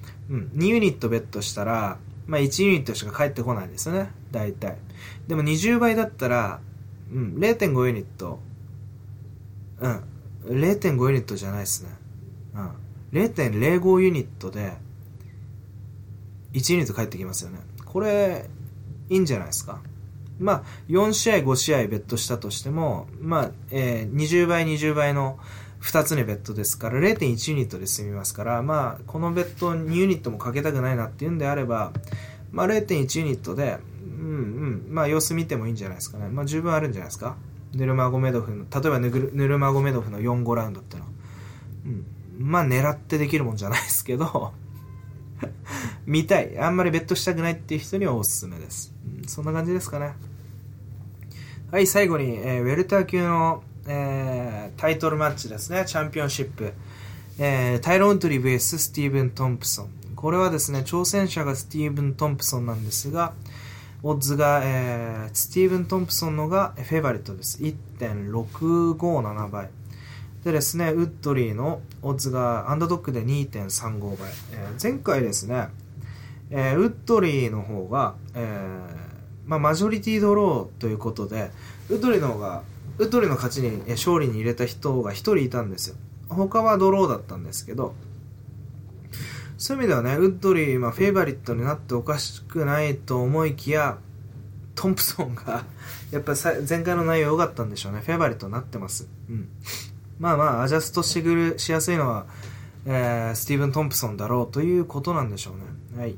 、2ユニットベットしたら、1ユニットしか返ってこないですよね、大体。でも20倍だったら、0.5 ユニット、0.5 ユニットじゃないですね。0.05 ユニットで、1ユニット返ってきますよね。これ、いいんじゃないですか。4試合、5試合ベットしたとしても、20倍、20倍の2つにベットですから、0.1 ユニットで済みますから、このベット2ユニットもかけたくないなっていうんであれば、0.1 ユニットで、様子見てもいいんじゃないですかね。十分あるんじゃないですか。ヌルマゴメドフの、例えばヌルマゴメドフの4、5ラウンドってのは。狙ってできるもんじゃないですけど、見たい。あんまりベットしたくないっていう人にはおすすめです。そんな感じですかね。はい、最後に、ウェルター級の、タイトルマッチですね。チャンピオンシップ。タイロン・ウッドリー vs スティーブン・トンプソン。これはですね、挑戦者がスティーブン・トンプソンなんですが、オッズが、スティーブン・トンプソンのがフェイバリットです。1.657 倍。でですね、ウッドリーのオッズがアンダードックで 2.35 倍。前回ですね、ウッドリーの方が、マジョリティドローということで、ウッドリーの勝ちに勝利に入れた人が1人いたんですよ。他はドローだったんですけど、そういう意味ではね、ウッドリー、フェイバリットになっておかしくないと思いきや、トンプソンがやっぱり前回の内容良かったんでしょうね。フェイバリットになってます。アジャストしやすいのは、スティーブン・トンプソンだろうということなんでしょうね。はい。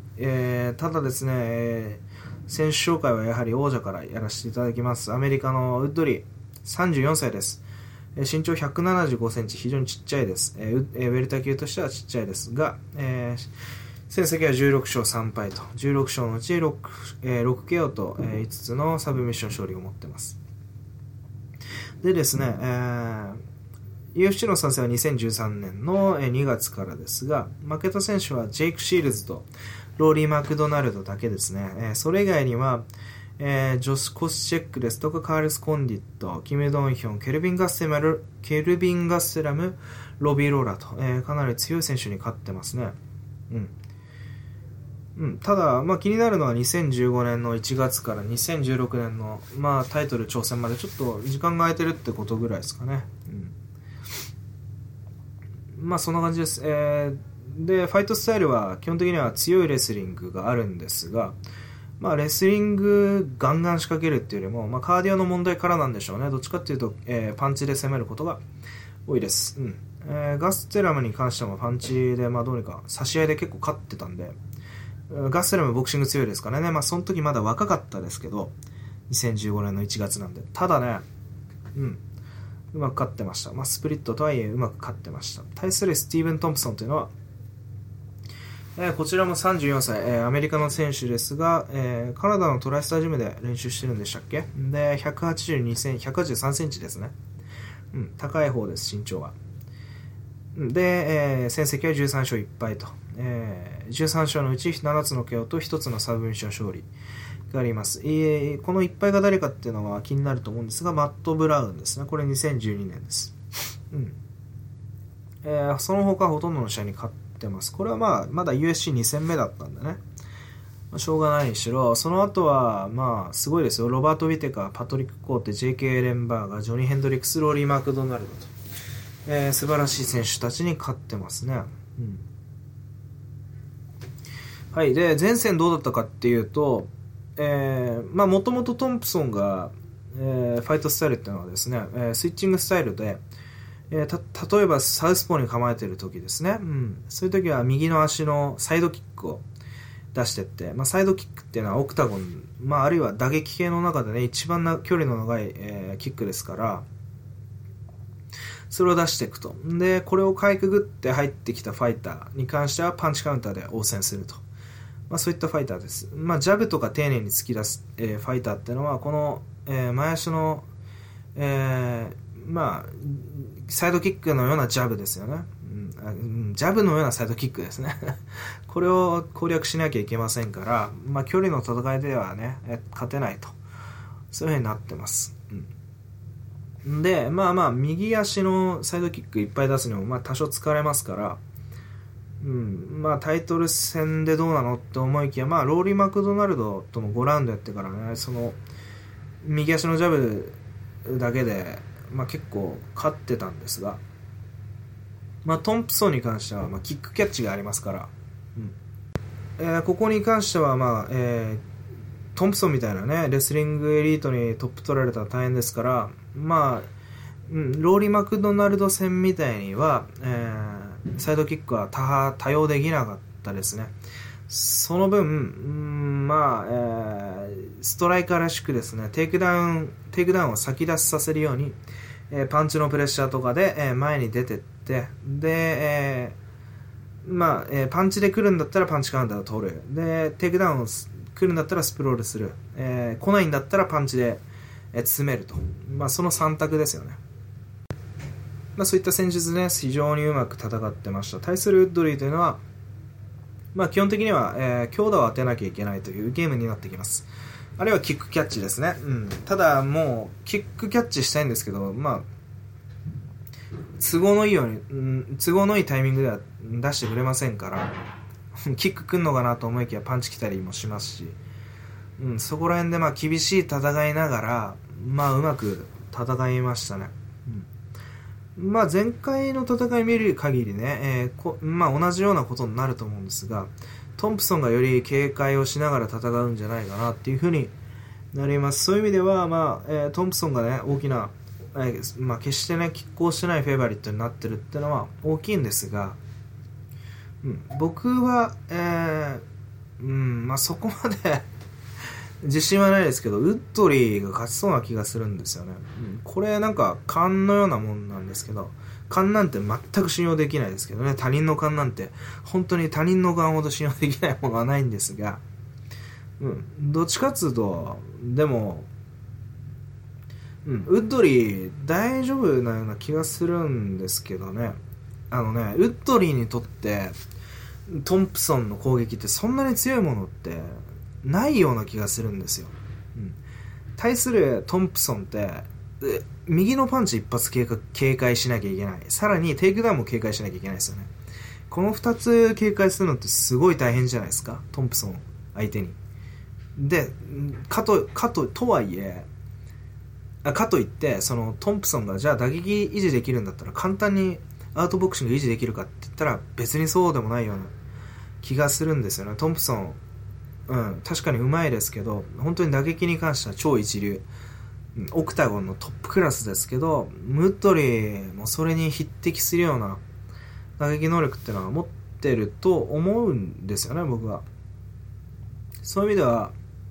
ただですね、選手紹介はやはり王者からやらせていただきます。アメリカのウッドリー、34歳です。身長175センチ、非常にちっちゃいです。ウェルター級としてはちっちゃいですが、戦績は16勝3敗と、16勝のうち 6KO と、5つのサブミッション勝利を持っています。でですね、UFC の参戦は2013年の2月からですが、負けた選手はジェイク・シールズとローリー・マクドナルドだけですね。それ以外には、ジョシュ・コスチェックですとかカールス・コンディット、キム・ドンヒョン、ケルビン・ガッセラム、ロビー・ローラと、かなり強い選手に勝ってますね。ただ、気になるのは2015年の1月から2016年の、タイトル挑戦までちょっと時間が空いてるってことぐらいですかね。そんな感じです。で、ファイトスタイルは基本的には強いレスリングがあるんですが、レスリングガンガン仕掛けるっていうよりも、カーディオの問題からなんでしょうね。どっちかっていうと、パンチで攻めることが多いです。ガステラムに関してもパンチで、どうにか差し合いで結構勝ってたんで、ガステラムボクシング強いですからね。その時まだ若かったですけど、2015年の1月なんで。ただね、うまく勝ってました。スプリットとはいえうまく勝ってました。対するスティーブン・トンプソンというのは、こちらも34歳、アメリカの選手ですが、カナダのトライスタジムで練習してるんでしたっけ。で、183センチですね。 高い方です、身長は。で、戦績は13勝1敗と。13勝のうち7つの KO と1つのサブミッション勝利があります。この1敗が誰かっていうのは気になると思うんですが、マット・ブラウンですね。これ2012年です。その他ほとんどの試合に勝ってます。これはまだ USC2 戦目だったんでね。しょうがないにしろ、その後は、すごいですよ。ロバート・ウィテカー、パトリック・コーテ、JK エレンバーガー、ジョニー・ヘンドリックス、ローリー・マクドナルドと、素晴らしい選手たちに勝ってますね。はい。で、前戦どうだったかっていうと、もともとトンプソンが、ファイトスタイルっていうのはですね、スイッチングスタイルで、例えばサウスポーに構えている時ですね、そういう時は右の足のサイドキックを出してって、サイドキックっていうのはオクタゴン、あるいは打撃系の中でね、一番距離の長い、キックですから、それを出していくと。で、これをかいくぐって入ってきたファイターに関してはパンチカウンターで応戦すると。そういったファイターです。ジャブとか丁寧に突き出す、ファイターっていうのは、この、前足の、サイドキックのようなジャブですよね。ジャブのようなサイドキックですね。これを攻略しなきゃいけませんから、距離の戦いではね、勝てないと。そういう風になってます。で、右足のサイドキックいっぱい出すにも、多少疲れますから、タイトル戦でどうなのって思いきや、ローリー・マクドナルドとも5ラウンドやってからね、その、右足のジャブだけで、結構勝ってたんですが、トンプソンに関しては、キックキャッチがありますから、ここに関しては、トンプソンみたいなね、レスリングエリートにトップ取られたら大変ですから、ローリー・マクドナルド戦みたいには、サイドキックは多用できなかったですね。その分、ストライカーらしくですね、テイクダウンを先出しさせるように、パンチのプレッシャーとかで、前に出てって、で、パンチで来るんだったらパンチカウンターを取る。で、テイクダウンを来るんだったらスプロールする。来ないんだったらパンチで、詰めると。その3択ですよね。そういった戦術ね、非常にうまく戦ってました。対するウッドリーというのは、基本的には、強打を当てなきゃいけないというゲームになってきます。あるいはキックキャッチですね。ただもう、キックキャッチしたいんですけど、都合のいいように、都合のいいタイミングでは出してくれませんから、キック来んのかなと思いきやパンチ来たりもしますし、そこら辺で厳しい戦いながら、うまく戦いましたね。前回の戦い見る限りね、同じようなことになると思うんですが、トンプソンがより警戒をしながら戦うんじゃないかなっていう風になります。そういう意味では、トンプソンがね、大きな、決してね、拮抗してないフェイバリットになってるってのは大きいんですが、僕は、そこまで自信はないですけど、ウッドリーが勝ちそうな気がするんですよね。これなんか勘のようなもんなんですけど、勘なんて全く信用できないですけどね。他人の勘なんて本当に他人の勘ほど信用できないものはないんですが、どっちかっつうと、でも、ウッドリー大丈夫なような気がするんですけどね。ウッドリーにとってトンプソンの攻撃ってそんなに強いものってないような気がするんですよ。対するトンプソンって右のパンチ一発警戒しなきゃいけない。さらにテイクダウンも警戒しなきゃいけないですよね。この2つ警戒するのってすごい大変じゃないですか、トンプソン相手に。で、かといってそのトンプソンがじゃあ打撃維持できるんだったら簡単にアウトボクシング維持できるかって言ったら別にそうでもないような気がするんですよね。トンプソン、確かにうまいですけど、本当に打撃に関しては超一流、オクタゴンのトップクラスですけど、ムッドリーもそれに匹敵するような打撃能力っていうのは持ってると思うんですよね、僕は。そういう意味では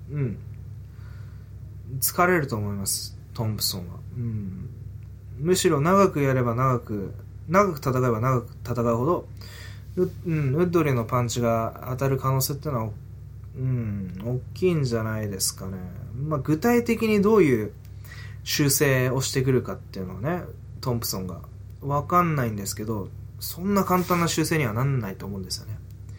疲れると思います、トンプソンは。むしろ長くやれば長く戦えば長く戦うほどウッドリーのパンチが当たる可能性っていうのは大きいんじゃないですかね。具体的にどういう修正をしてくるかっていうのはね、 トンプソンが。わかんないんですけど、そんな簡単な修正にはなんないと思うんですよね。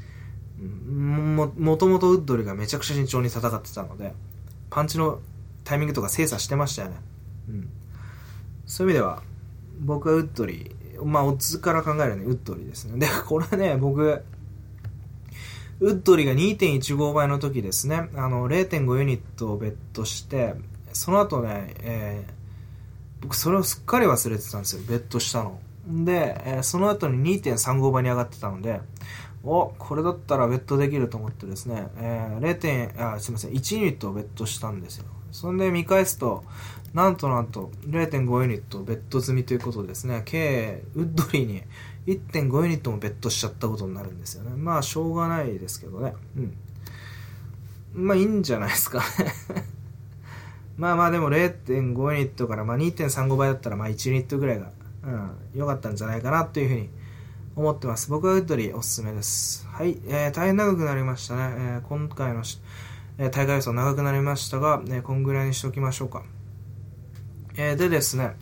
もともとウッドリーがめちゃくちゃ慎重に戦ってたので、パンチのタイミングとか精査してましたよね。そういう意味では、僕はウッドリー、オッズから考えるね、ウッドリーですね。で、これね、僕、ウッドリーが 2.15 倍の時ですね、0.5 ユニットをベットして、その後ね、僕それをすっかり忘れてたんですよ、ベットしたの。で、その後に 2.35 倍に上がってたので、これだったらベットできると思ってですね、1ユニットをベットしたんですよ。そんで見返すと、なんと 0.5 ユニットをベット済みということでですね、計ウッドリーに 1.5 ユニットもベットしちゃったことになるんですよね。まあしょうがないですけどね。まあいいんじゃないですかね。まあでも 0.5 ユニットから2.35 倍だったら1ユニットぐらいが良かったんじゃないかなというふうに思ってます。僕はウッドリーおすすめです。はい、大変長くなりましたね。今回の、大会予想長くなりましたが、こんぐらいにしておきましょうか。でですね、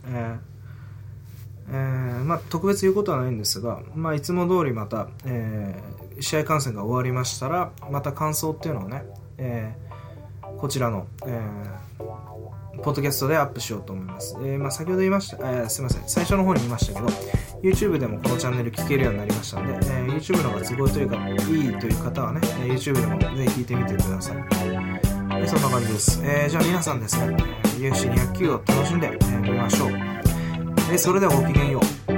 特別言うことはないんですが、いつも通りまた、試合観戦が終わりましたら、また感想っていうのをね、こちらの、ポッドキャストでアップしようと思います。先ほど言いました、すいません、最初の方に言いましたけど、YouTube でもこのチャンネル聞けるようになりましたので、YouTube の方が都合というか、いいという方はね、YouTube でもぜひ聞いてみてください。そんな感じです。じゃあ皆さんですね、UFC209 を楽しんでみましょう。それではごきげんよう。